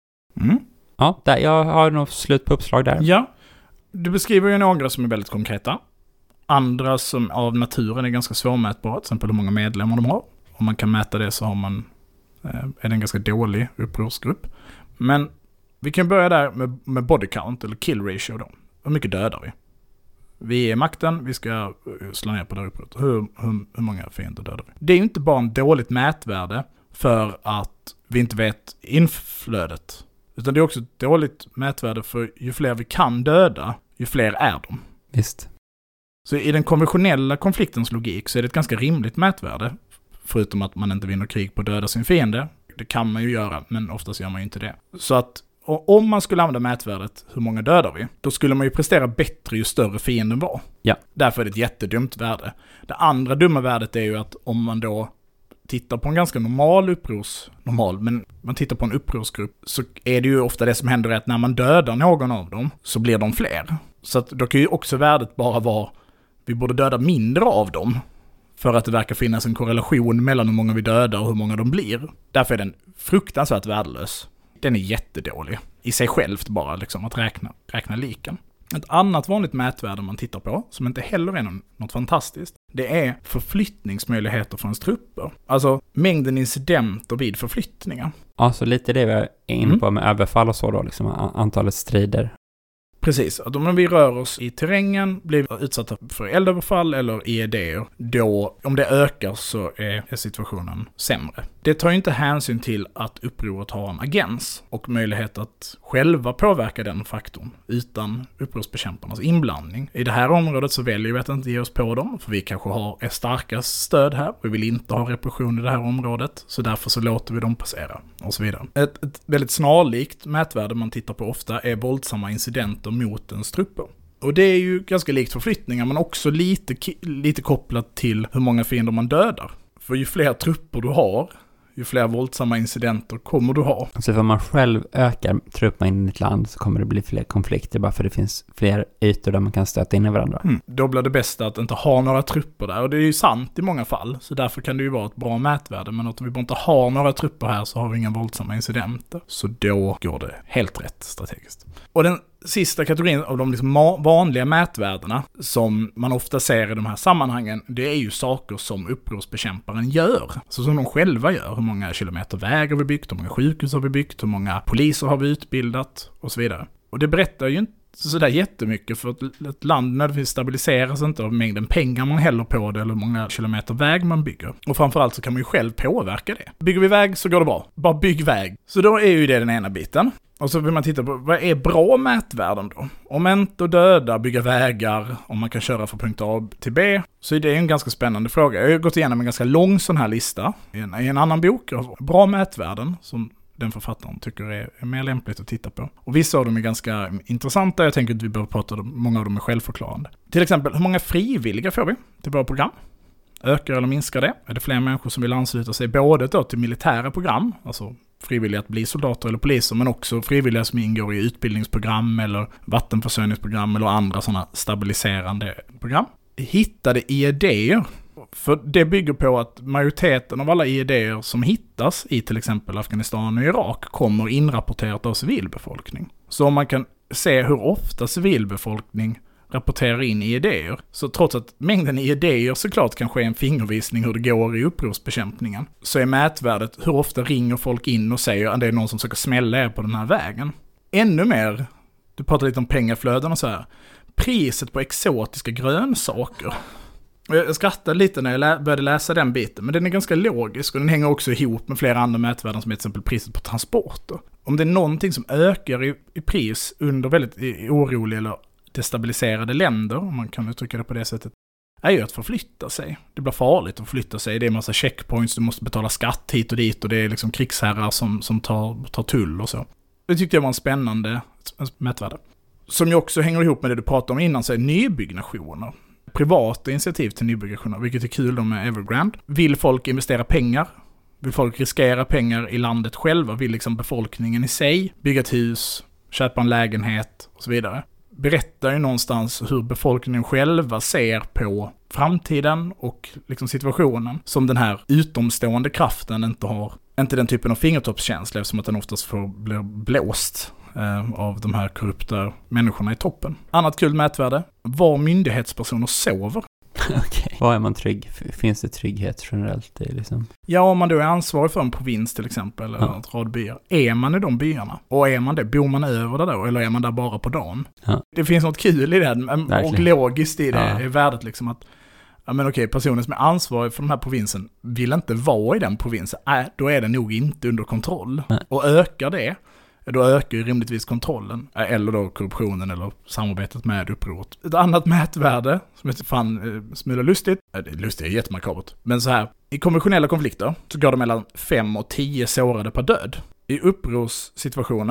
Ja, jag har nog slut på uppslag där. Ja, du beskriver ju några som är väldigt konkreta. Andra som av naturen är ganska svårmätbara, till exempel hur många medlemmar de har. Om man kan mäta det så är det en ganska dålig upprorsgrupp. Men vi kan börja där med body count eller kill ratio då. Hur mycket dödar vi? Vi är makten, vi ska slå ner på det upproret. Hur många fiender dödar vi? Det är ju inte bara en dåligt mätvärde för att vi inte vet inflödet. Utan det är också ett dåligt mätvärde för ju fler vi kan döda, ju fler är de. Visst. Så i den konventionella konfliktens logik så är det ett ganska rimligt mätvärde. Förutom att man inte vinner krig på att döda sin fiende. Det kan man ju göra, men oftast gör man ju inte det. Så att Och om man skulle använda mätvärdet, hur många dödar vi, då skulle man ju prestera bättre ju större fienden var. Ja. Därför är det ett jättedumt värde. Det andra dumma värdet är ju att om man då tittar på en ganska men man tittar på en upprorsgrupp, så är det ju ofta det som händer, att när man dödar någon av dem så blir de fler. Så att då kan ju också värdet bara vara, vi borde döda mindre av dem, för att det verkar finnas en korrelation mellan hur många vi dödar och hur många de blir. Därför är den fruktansvärt värdelös. Den är jättedålig i sig självt bara, liksom, att räkna liken. Ett annat vanligt mätvärde man tittar på, som inte heller är något fantastiskt, det är förflyttningsmöjligheter från trupper. Alltså mängden incidenter vid förflyttningar. Ja, så lite det vi är inne på med överfall och så då, liksom antalet strider. Precis, att om vi rör oss i terrängen, blir utsatta för eldöverfall eller IED, då om det ökar så är situationen sämre. Det tar ju inte hänsyn till att upproret har en agens och möjlighet att själva påverka den faktorn utan upprorsbekämparnas inblandning. I det här området så väljer vi att inte ge oss på dem, för vi kanske har ett starkast stöd här. Vi vill inte ha repression i det här området, så därför så låter vi dem passera och så vidare. Ett väldigt snarlikt mätvärde man tittar på ofta är våldsamma incidenter mot ens trupper. Och det är ju ganska likt förflyttningar, men också lite kopplat till hur många fiender man dödar. För ju fler trupper du har, ju fler våldsamma incidenter kommer du ha. Så för man själv ökar truppmängden i ett land så kommer det bli fler konflikter, bara för det finns fler ytor där man kan stöta in i varandra. Då blir det bästa att inte ha några trupper där. Och det är ju sant i många fall, så därför kan det ju vara ett bra mätvärde. Men att vi bara inte har några trupper här så har vi inga våldsamma incidenter. Så då går det helt rätt strategiskt. Och den sista kategorin av de liksom vanliga mätvärdena som man ofta ser i de här sammanhangen, det är ju saker som upprorsbekämparen gör. Så som de själva gör. Hur många kilometer väg har vi byggt, hur många sjukhus har vi byggt, hur många poliser har vi utbildat och så vidare. Och det berättar ju inte sådär jättemycket, för ett land nödvändigtvis stabiliseras inte av mängden pengar man häller på det eller hur många kilometer väg man bygger. Och framförallt så kan man ju själv påverka det. Bygger vi väg så går det bra. Bara bygg väg. Så då är ju det den ena biten. Och så vill man titta på, vad är bra mätvärden då? Om inte döda, bygga vägar, om man kan köra från punkt A till B, så är det en ganska spännande fråga. Jag har gått igenom en ganska lång sån här lista i en annan bok. Bra mätvärden som den författaren tycker är mer lämpligt att titta på. Och vissa av dem är ganska intressanta. Jag tänker att vi behöver prata om, många av dem är självförklarande. Till exempel, hur många frivilliga får vi till våra program? Ökar eller minskar det? Är det fler människor som vill ansluta sig både då till militära program, alltså frivilliga att bli soldater eller poliser, men också frivilliga som ingår i utbildningsprogram eller vattenförsörjningsprogram eller andra sådana stabiliserande program? Hittade IED:er. För det bygger på att majoriteten av alla IED:er som hittas i till exempel Afghanistan och Irak kommer inrapporterat av civilbefolkning. Så om man kan se hur ofta civilbefolkning rapporterar in IED:er, så trots att mängden IED:er såklart kanske är en fingervisning hur det går i upprorsbekämpningen, så är mätvärdet hur ofta ringer folk in och säger att det är någon som försöker smälla er på den här vägen. Ännu mer, du pratar lite om pengaflöden och så här, priset på exotiska grönsaker. Jag skrattade lite när jag började läsa den biten, men den är ganska logisk och den hänger också ihop med flera andra mätvärden som är till exempel priset på transporter. Om det är någonting som ökar i pris under väldigt oroliga eller destabiliserade länder, om man kan uttrycka det på det sättet, är ju att förflytta sig. Det blir farligt att förflytta sig. Det är en massa checkpoints, du måste betala skatt hit och dit och det är liksom krigsherrar som tar tull och så. Det tyckte jag var en spännande mätvärde. Som ju också hänger ihop med det du pratade om innan, så är nybyggnationer. Privata initiativ till nybyggnationer, vilket är kul då med Evergrande. Vill folk investera pengar? Vill folk riskera pengar i landet själva? Vill liksom befolkningen i sig bygga ett hus, köpa en lägenhet och så vidare? Berättar ju någonstans hur befolkningen själva ser på framtiden och liksom situationen, som den här utomstående kraften inte har. Inte den typen av fingertoppskänsla, eftersom att den oftast blir blåst av de här korrupta människorna i toppen. Annat kul mätvärde, var myndighetspersoner sover. Okej. Var är man trygg? Finns det trygghet generellt i liksom? Ja, om man då är ansvarig för en provins till exempel, eller en rad byar. Är man i de byarna? Och är man det, bor man över det då? Eller är man där bara på dagen? Ja. Det finns något kul i det, och logiskt i det är värdet liksom att personen som är ansvarig för den här provinsen vill inte vara i den provinsen. Då är det nog inte under kontroll. Nej. Och ökar det, då ökar ju rimligtvis kontrollen. Eller då korruptionen eller samarbetet med upproret. Ett annat mätvärde som är smula lustigt. Lustigt är jättemakabert. Men så här, i konventionella konflikter så går det mellan 5 och 10 sårade per död. I upprorssituationer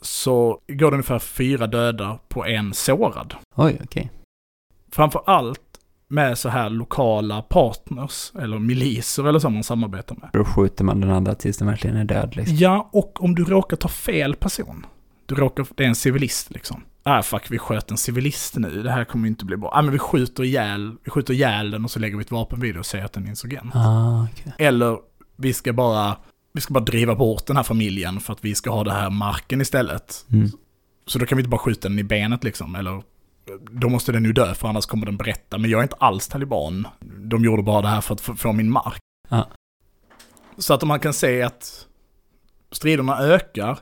så går det ungefär 4 döda på en sårad. Oj, okej. Framför allt med så här lokala partners eller miliser eller så man samarbetar med. Då skjuter man den andra tills den verkligen är död liksom. Ja, och om du råkar ta fel person. Det är en civilist liksom. Fuck, vi sköt en civilist nu. Det här kommer inte bli bra. Men vi skjuter ihjäl den och så lägger vi ett vapen vid och säger att den är insurgent. Okay. Eller vi ska bara driva bort den här familjen för att vi ska ha det här marken istället. Så då kan vi inte bara skjuta den i benet liksom. Eller då måste den ju dö för annars kommer den berätta. Men jag är inte alls taliban. De gjorde bara det här för att få min mark. Så att om man kan säga att striderna ökar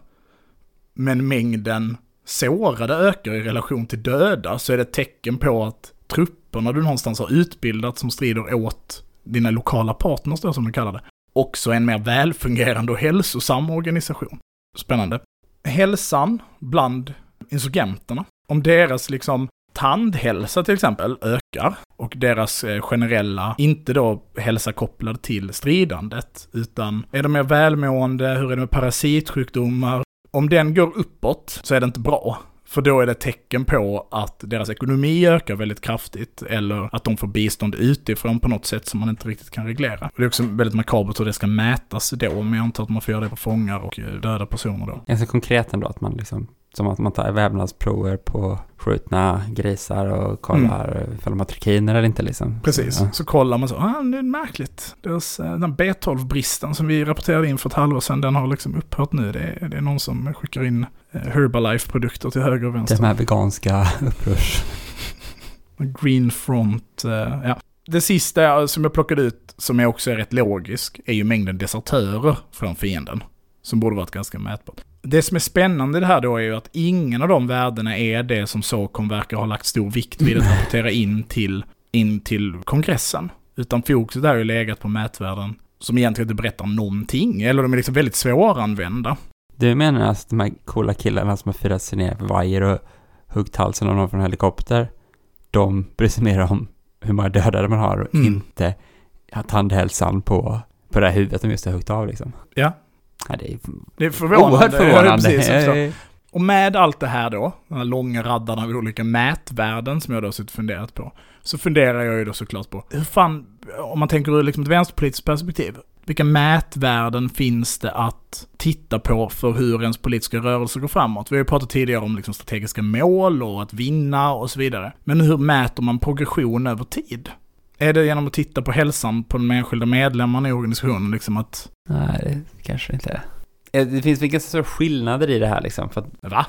men mängden sårade ökar i relation till döda, så är det ett tecken på att trupperna du någonstans har utbildat som strider åt dina lokala partners då, som du kallar det, också en mer välfungerande och hälsosam organisation. Spännande. Hälsan bland insurgenterna, om deras liksom tandhälsa till exempel ökar och deras generella, inte då hälsa kopplad till stridandet, utan är de mer välmående, hur är det med parasitsjukdomar? Om den går uppåt så är det inte bra. För då är det tecken på att deras ekonomi ökar väldigt kraftigt eller att de får bistånd utifrån på något sätt som man inte riktigt kan reglera. Och det är också väldigt makabert hur det ska mätas då, men jag antar att man får göra det på fångar och döda personer då. Ganska konkret ändå att man liksom, som att man tar vävnadsprover på skjutna grisar och kollar ifall de har trikiner eller inte liksom. Precis, så kollar man så, det är märkligt. Deras, den B12-bristen som vi rapporterade in för ett halvår sedan, den har liksom upphört nu. Det är någon som skickar in Herbalife-produkter till höger och vänster. De här veganska upprörs. Green Front, ja. Det sista som jag plockade ut, som jag också är rätt logisk, är ju mängden desertörer från fienden. Som borde varit ganska mätbart. Det som är spännande i det här då är ju att ingen av de värdena är det som SOCOM verkar ha lagt stor vikt vid att rapportera in till kongressen. Utan fokuset där är ju legat på mätvärden som egentligen inte berättar någonting. Eller de är liksom väldigt svåranvända. Du menar att de här coola killarna som har fyrat sig ner på vajer och huggt halsen av någon från helikopter, de bryr sig mer om hur många dödade man har och inte tandhälsan på det här huvudet de just har huggt av liksom. Ja. Ja, det är förvånande. Oerhört förvånande. Och med allt det här då, den här långa raddan av olika mätvärden som jag då har funderat på, så funderar jag ju då såklart på hur fan, om man tänker ur liksom ett vänsterpolitiskt perspektiv, vilka mätvärden finns det att titta på för hur ens politiska rörelse går framåt? Vi har ju pratat tidigare om liksom strategiska mål och att vinna och så vidare. Men hur mäter man progression över tid? Är det genom att titta på hälsan på de enskilda medlemmarna i organisationen liksom att... Nej, det kanske inte är. Det finns vilka sorts skillnader i det här liksom. För att... Va?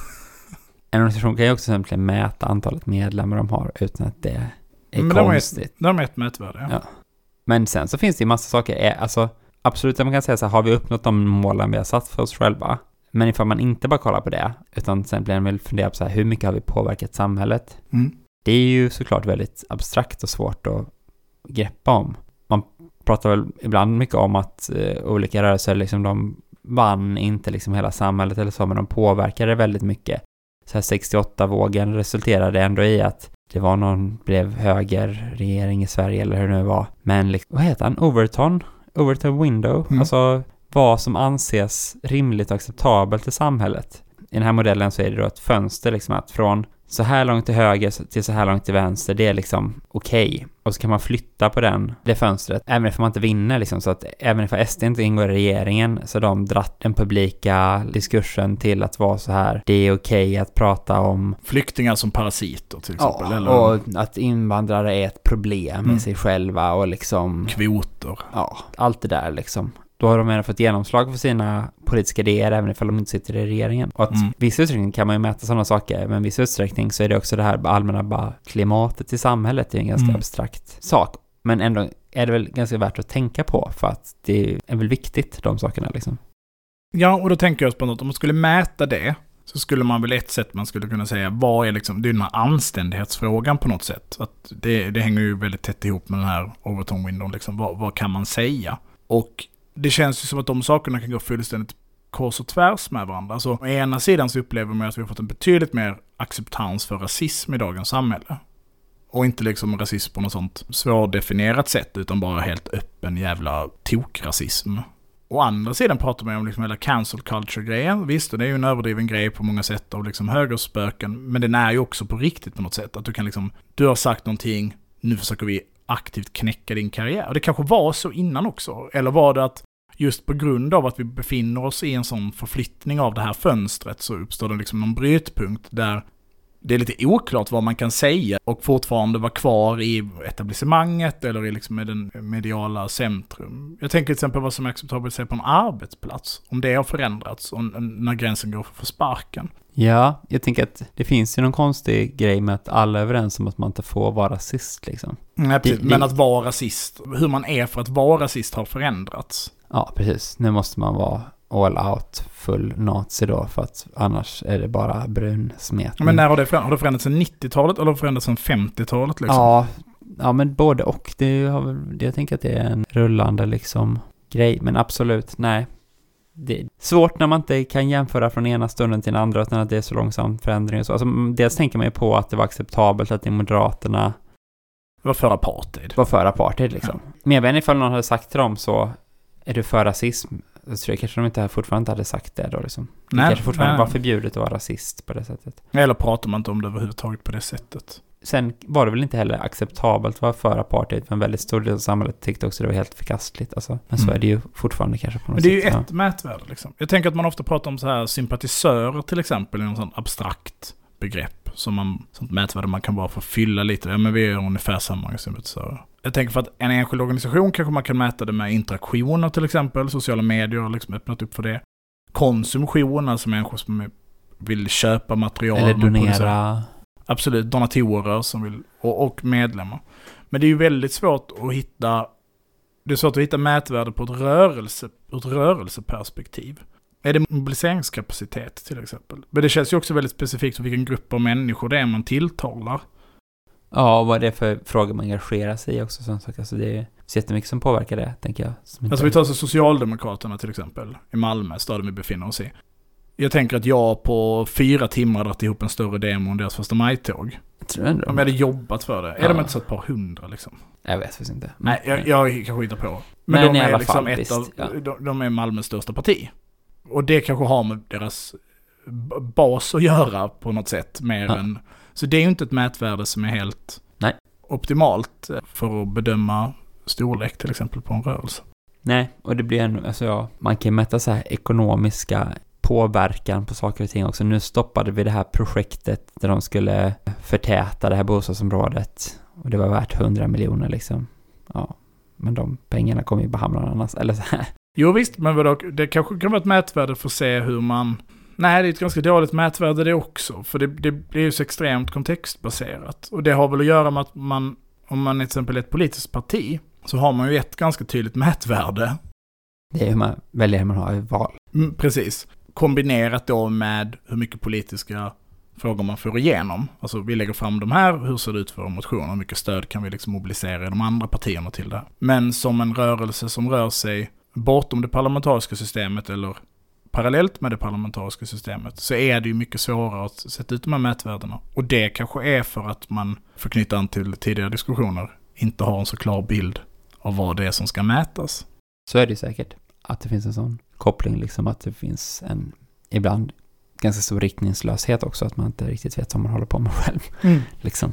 En organisation kan ju också exempelvis mäta antalet medlemmar de har utan att det är konstigt. De är ett mätvärde, ja. Men sen så finns det ju massa saker. Alltså, absolut, man kan säga så här, har vi uppnått de målen vi har satt för oss själva? Men ifall man inte bara kollar på det, utan sen blir man väl fundera på så här, hur mycket har vi påverkat samhället? Det är ju såklart väldigt abstrakt och svårt att greppa om. Man pratar väl ibland mycket om att olika rörelser liksom, de vann inte liksom hela samhället eller så, men de påverkade väldigt mycket. Så här 68-vågen resulterade ändå i att det var någon blev högerregering i Sverige eller hur det nu var. Men liksom, vad heter han? Overton window. Alltså vad som anses rimligt och acceptabelt i samhället. I den här modellen så är det då ett fönster liksom att från så här långt till höger till så här långt till vänster, det är liksom okej. Och så kan man flytta på det fönstret, även om man inte vinner liksom, så att även om SD inte ingår i regeringen så de dratt den publika diskursen till att vara så här, det är okej att prata om flyktingar som parasiter till exempel. Ja, eller... och att invandrare är ett problem med sig själva och liksom kvoter. Ja, allt det där liksom. Då har de ändå fått genomslag för sina politiska idéer även ifall de inte sitter i regeringen. Och att viss utsträckning kan man ju mäta sådana saker, men viss utsträckning så är det också det här allmänna bara klimatet i samhället är en ganska abstrakt sak. Men ändå är det väl ganska värt att tänka på för att det är väl viktigt, de sakerna liksom. Ja, och då tänker jag på något, om man skulle mäta det så skulle man väl ett sätt man skulle kunna säga, vad är liksom, det är den här anständighetsfrågan på något sätt. Att det hänger ju väldigt tätt ihop med den här Overton window liksom, vad kan man säga? Och det känns ju som att de sakerna kan gå fullständigt kors och tvärs med varandra. Så å ena sidan så upplever man att vi har fått en betydligt mer acceptans för rasism i dagens samhälle. Och inte liksom rasism på något sånt svårdefinierat sätt, utan bara helt öppen jävla tokrasism. Å andra sidan pratar man om liksom hela cancel culture-grejen. Visst, och det är ju en överdriven grej på många sätt av liksom högerspöken, men den är ju också på riktigt på något sätt. Att du kan liksom, du har sagt någonting, nu försöker vi aktivt knäcka din karriär. Och det kanske var så innan också. Eller var det att just på grund av att vi befinner oss i en sån förflyttning av det här fönstret så uppstår det liksom någon brytpunkt där det är lite oklart vad man kan säga och fortfarande vara kvar i etablissemanget eller i liksom den mediala centrum. Jag tänker till exempel vad som är acceptabelt att säga på en arbetsplats. Om det har förändrats och när gränsen går för sparken. Ja, jag tänker att det finns ju någon konstig grej med att alla är överens om att man inte får vara rasist liksom. Nej, precis. Men att vara rasist, hur man är för att vara rasist har förändrats. Ja, precis. Nu måste man vara all out full nazi då, för att annars är det bara brun smetning. Men när har det förändrats? Har det förändrats sedan 90-talet eller har det förändrats sedan 50-talet liksom? Ja, men både och. Jag tänker att det är en rullande liksom grej, men absolut, nej. Det är svårt när man inte kan jämföra från ena stunden till den andra utan att det är så långsam förändring och så. Alltså, dels tänker man ju på att det var acceptabelt att Moderaterna var för apartheid liksom. Ja. Men jag vet inte ifall någon hade sagt till dem så är du för rasism? Jag tror kanske de inte fortfarande hade sagt det då liksom. Det kanske fortfarande var förbjudet att vara rasist på det sättet. Eller pratar man inte om det överhuvudtaget på det sättet. Sen var det väl inte heller acceptabelt att vara för apartheid, för en väldigt stor del av samhället tyckte också det var helt förkastligt. Alltså. Men så är det ju fortfarande kanske på något sätt. Men det är ju ett mätvärde liksom. Jag tänker att man ofta pratar om så här sympatisörer till exempel, i någon sån abstrakt begrepp sånt mätvärde man kan bara få fylla lite. Ja, men vi är ungefär samma sympatisörer. Jag tänker för att en enskild organisation kanske man kan mäta det med interaktioner till exempel, sociala medier har liksom öppnat upp för det. Konsumtion, alltså människor som vill köpa material. Eller donera. Absolut, donatorer som vill, och medlemmar. Men det är ju väldigt svårt att hitta mätvärde på ett rörelseperspektiv. Är det mobiliseringskapacitet till exempel? Men det känns ju också väldigt specifikt för vilken grupp av människor det är man tilltalar. Ja, och vad det är för frågor man engagerar sig i också. Sånt. Alltså det är jättemycket som påverkar det, tänker jag. Alltså vi tar så Socialdemokraterna till exempel i Malmö, staden vi befinner oss i. Jag tänker att jag på 4 timmar dragit ihop en större demo än deras första majtåg. Tror jag ändå. Om jag hade jobbat för det. Ja. Är de inte så ett par hundra liksom? Jag vet faktiskt inte. Nej, jag kan skita på. Men de är liksom de är Malmös största parti. Och det kanske har med deras bas att göra på något sätt mer än... Så det är ju inte ett mätvärde som är helt optimalt för att bedöma storlek till exempel på en rörelse. Nej, och det blir ändå... Alltså, man kan mäta så här ekonomiska påverkan på saker och ting också. Nu stoppade vi det här projektet där de skulle förtäta det här bostadsområdet. Och det var värt 100 miljoner liksom. Ja, men de pengarna kommer ju bara hamna någon annans. Eller så här. Jo visst, men det kanske kan vara ett mätvärde för att se hur man... Nej, det är ett ganska dåligt mätvärde det också. För det är ju så extremt kontextbaserat. Och det har väl att göra med att om man till exempel är ett politiskt parti så har man ju ett ganska tydligt mätvärde. Det är hur man väljer hur man har i val. Precis. Kombinerat då med hur mycket politiska frågor man får igenom. Alltså vi lägger fram de här, hur ser det ut för motioner? Hur mycket stöd kan vi liksom mobilisera i de andra partierna till det? Men som en rörelse som rör sig bortom det parlamentariska systemet eller parallellt med det parlamentariska systemet så är det ju mycket svårare att sätta ut de här mätvärdena. Och det kanske är för att man, för knyta an till tidigare diskussioner, inte har en så klar bild av vad det är som ska mätas. Så är det säkert att det finns en sån koppling, liksom att det finns en ibland ganska stor riktningslöshet också, att man inte riktigt vet vad man håller på med själv. Liksom.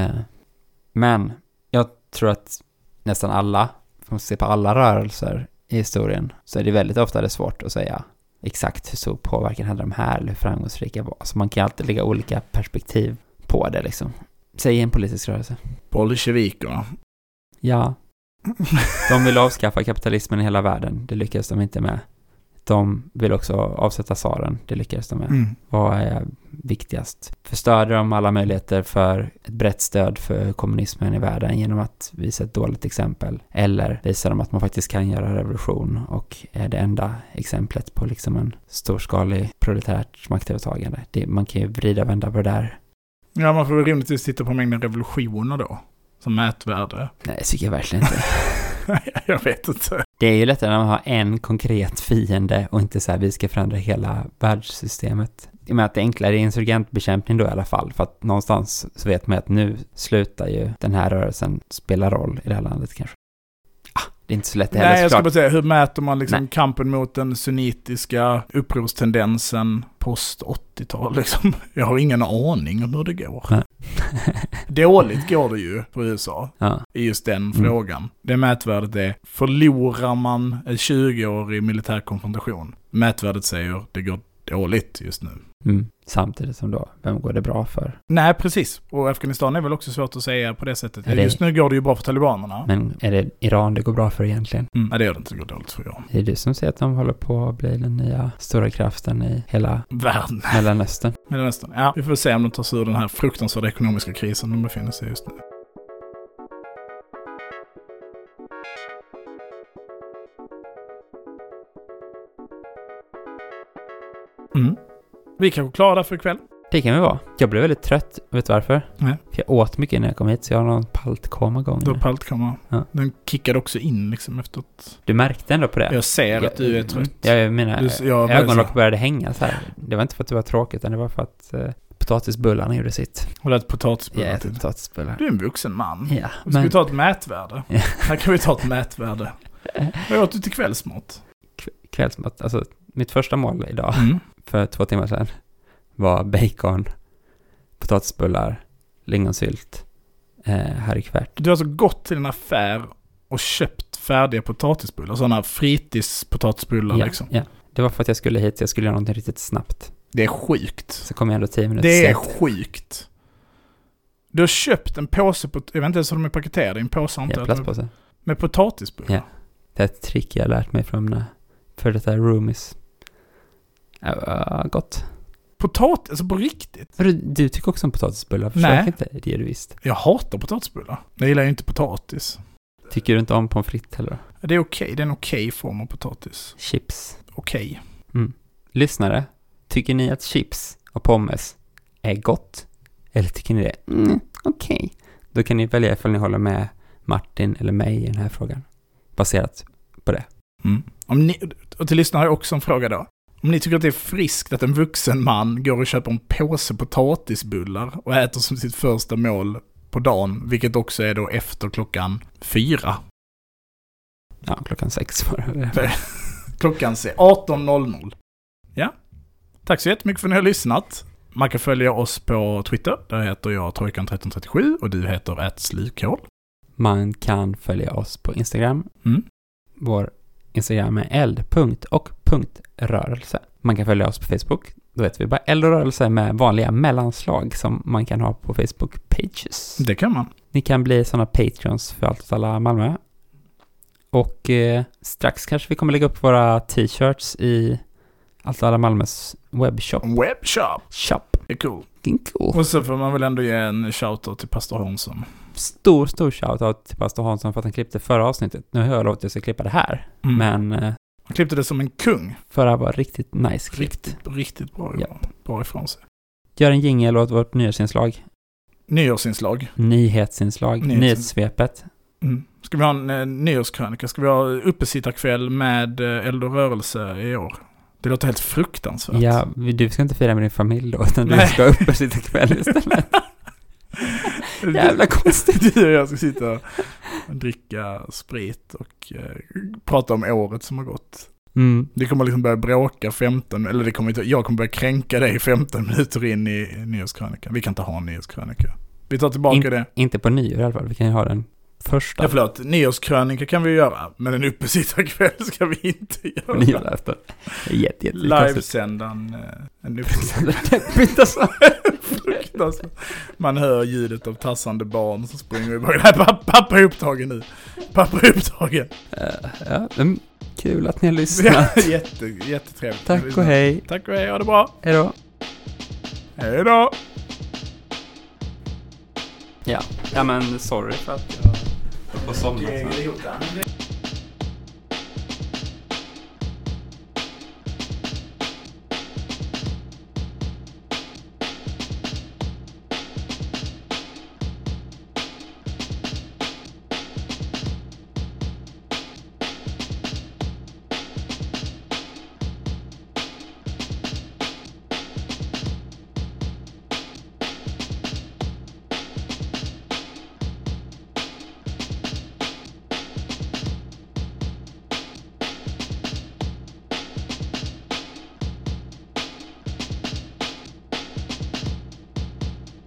Men jag tror att nästan alla, om man ser på alla rörelser i historien, så är det väldigt ofta det svårt att säga exakt hur stor påverkan hade de här eller hur framgångsrika var. Så man kan alltid lägga olika perspektiv på det liksom. Säg en politisk rörelse. Bolsjevikerna. Ja. De vill avskaffa kapitalismen i hela världen. Det lyckades de inte med. De vill också avsätta tsaren. Det lyckades de med. Vad är viktigast? Förstörde de alla möjligheter för ett brett stöd för kommunismen i världen genom att visa ett dåligt exempel? Eller visar de att man faktiskt kan göra revolution och är det enda exemplet på liksom en storskalig proletärt maktövertagande? Man kan ju vrida och vända på det där. Ja, man får väl rimligtvis titta på mängden revolutioner då, som mätvärde. Nej, det tycker jag verkligen inte. Jag vet inte. Det är ju lättare när man har en konkret fiende och inte så här vi ska förändra hela världssystemet. I och med att det är enklare insurgentbekämpning då i alla fall. För att någonstans så vet man att nu slutar ju den här rörelsen spela roll i det här landet kanske. Det är inte så lätt heller. Nej, jag ska bara säga, hur mäter man liksom kampen mot den sunnitiska upprorstendensen post 80-tal liksom? Jag har ingen aning om hur det går. Dåligt går det ju på USA i just den frågan. Det mätvärdet är, förlorar man en 20-årig militär konfrontation? Mätvärdet säger, det går dåligt just nu. Samtidigt som då, vem går det bra för? Nej, precis. Och Afghanistan är väl också svårt att säga på det sättet. Just nu går det ju bra för talibanerna. Men är det Iran det går bra för egentligen? Nej, det gör det inte. Det går dåligt för Iran. Det är du som säger att de håller på att bli den nya stora kraften i hela världen. Mellanöstern. Ja, vi får se om de tar sig ur den här fruktansvärda ekonomiska krisen de befinner sig just nu. Vi kan gå klara där för ikväll. Det kan vi vara. Jag blev väldigt trött. Vet du varför? Nej. För jag åt mycket när jag kom hit, så jag har någon paltkoma gång. Du har paltkoma. Ja. Den kickade också in liksom efteråt. Du märkte ändå på det? Jag ser att du är trött. Jag menar, ögonlock började hänga så här. Det var inte för att du var tråkigt, utan det var för att potatisbullarna gjorde sitt. Och det är potatisbullar till. Potatisbullar. Du är en vuxen man. Ja. Ska vi ta ett mätvärde? Ja. Här kan vi ta ett mätvärde. Vad åt du till kvällsmat? Kvällsmat? Alltså, mitt första mål idag, för 2 timmar sedan, var bacon, potatisbullar, lingonsylt, harikvärt. Du har alltså gått till en affär och köpt färdiga potatisbullar, sådana fritidspotatisbullar liksom. Ja, det var för att jag skulle hit, jag skulle göra någonting riktigt snabbt. Det är sjukt. Så kom jag ändå 10 minuter Det är sent. sjukt. Du har köpt en påse, jag vet inte ens hur de är paketerade, en påse antar jag. Plastpåse. Med potatisbullar. Ja, det är ett trick jag har lärt mig från mina för detta roomies. Gott. Potatis, alltså på riktigt. Du tycker också om potatisbullar? Nej. Inte, det är du visst. Jag hatar potatisbullar. Jag gillar ju inte potatis. Tycker du inte om pommes frites heller? Det är okej. Det är en okej form av potatis. Chips. Okej. Lyssnare, tycker ni att chips och pommes är gott? Eller tycker ni det? Okej. Då kan ni välja ifall ni håller med Martin eller mig i den här frågan. Baserat på det. Och till lyssnare har jag också en fråga då. Om ni tycker att det är friskt att en vuxen man går och köper en påse potatisbullar och äter som sitt första mål på dagen, vilket också är då efter 4. Ja, 6 var det. Klockan 18:00. Ja. Tack så jättemycket för att ni har lyssnat. Man kan följa oss på Twitter. Där heter jag Trojkan1337 och du heter @slukhål. Man kan följa oss på Instagram. Vår Instagram är eld.och.rörelse. Man kan följa oss på Facebook. Då heter vi bara eld och rörelse med vanliga mellanslag som man kan ha på Facebook-pages. Det kan man. Ni kan bli sådana Patreons för Allt åt alla Malmö. Och strax kanske vi kommer lägga upp våra t-shirts i Allt åt alla Malmös webbshop. Shop. Det är cool. Och så får man väl ändå ge en shoutout till Pastor Hansson. Stor shoutout till Pastor Hansson för att han klippte förra avsnittet. Nu har jag lovat att jag ska klippa det här. Men han klippte det som en kung. Förra var riktigt nice klippt. Riktigt bra. Ja. Bra ifrån sig. Gör en jingle åt vårt nyhetsinslag. Nyhetssvepet. Ska vi ha en nyårskrönika? Ska vi ha uppesittarkväll med eld och rörelse i år? Det låter helt fruktansvärt. Ja, du ska inte fira med din familj då, utan du ska uppesittarkväll istället. Jävla konstigt. Du och jag ska sitta och dricka sprit och prata om året som har gått. Det kommer liksom börja bråka 15, eller jag kommer börja kränka dig 15 minuter in i nyårskrönikan. Vi kan inte ha en nyårskrönika. Vi tar tillbaka det. Inte på nyår i alla fall, vi kan ju ha den första. Ja, förlåt. Nyårskrönika kan vi göra, men en uppesittarkväll ska vi inte göra. Nyår efter. Livesändan en uppesittarkväll. Man hör ljudet av tassande barn som springer i början. Nej, pappa är upptagen nu. Pappa är upptagen. Kul att ni har lyssnat. Jättetrevligt. Tack och hej. Tack och hej, ha det bra. Hej då. Hej då. Ja, men sorry för att jag var på somnat.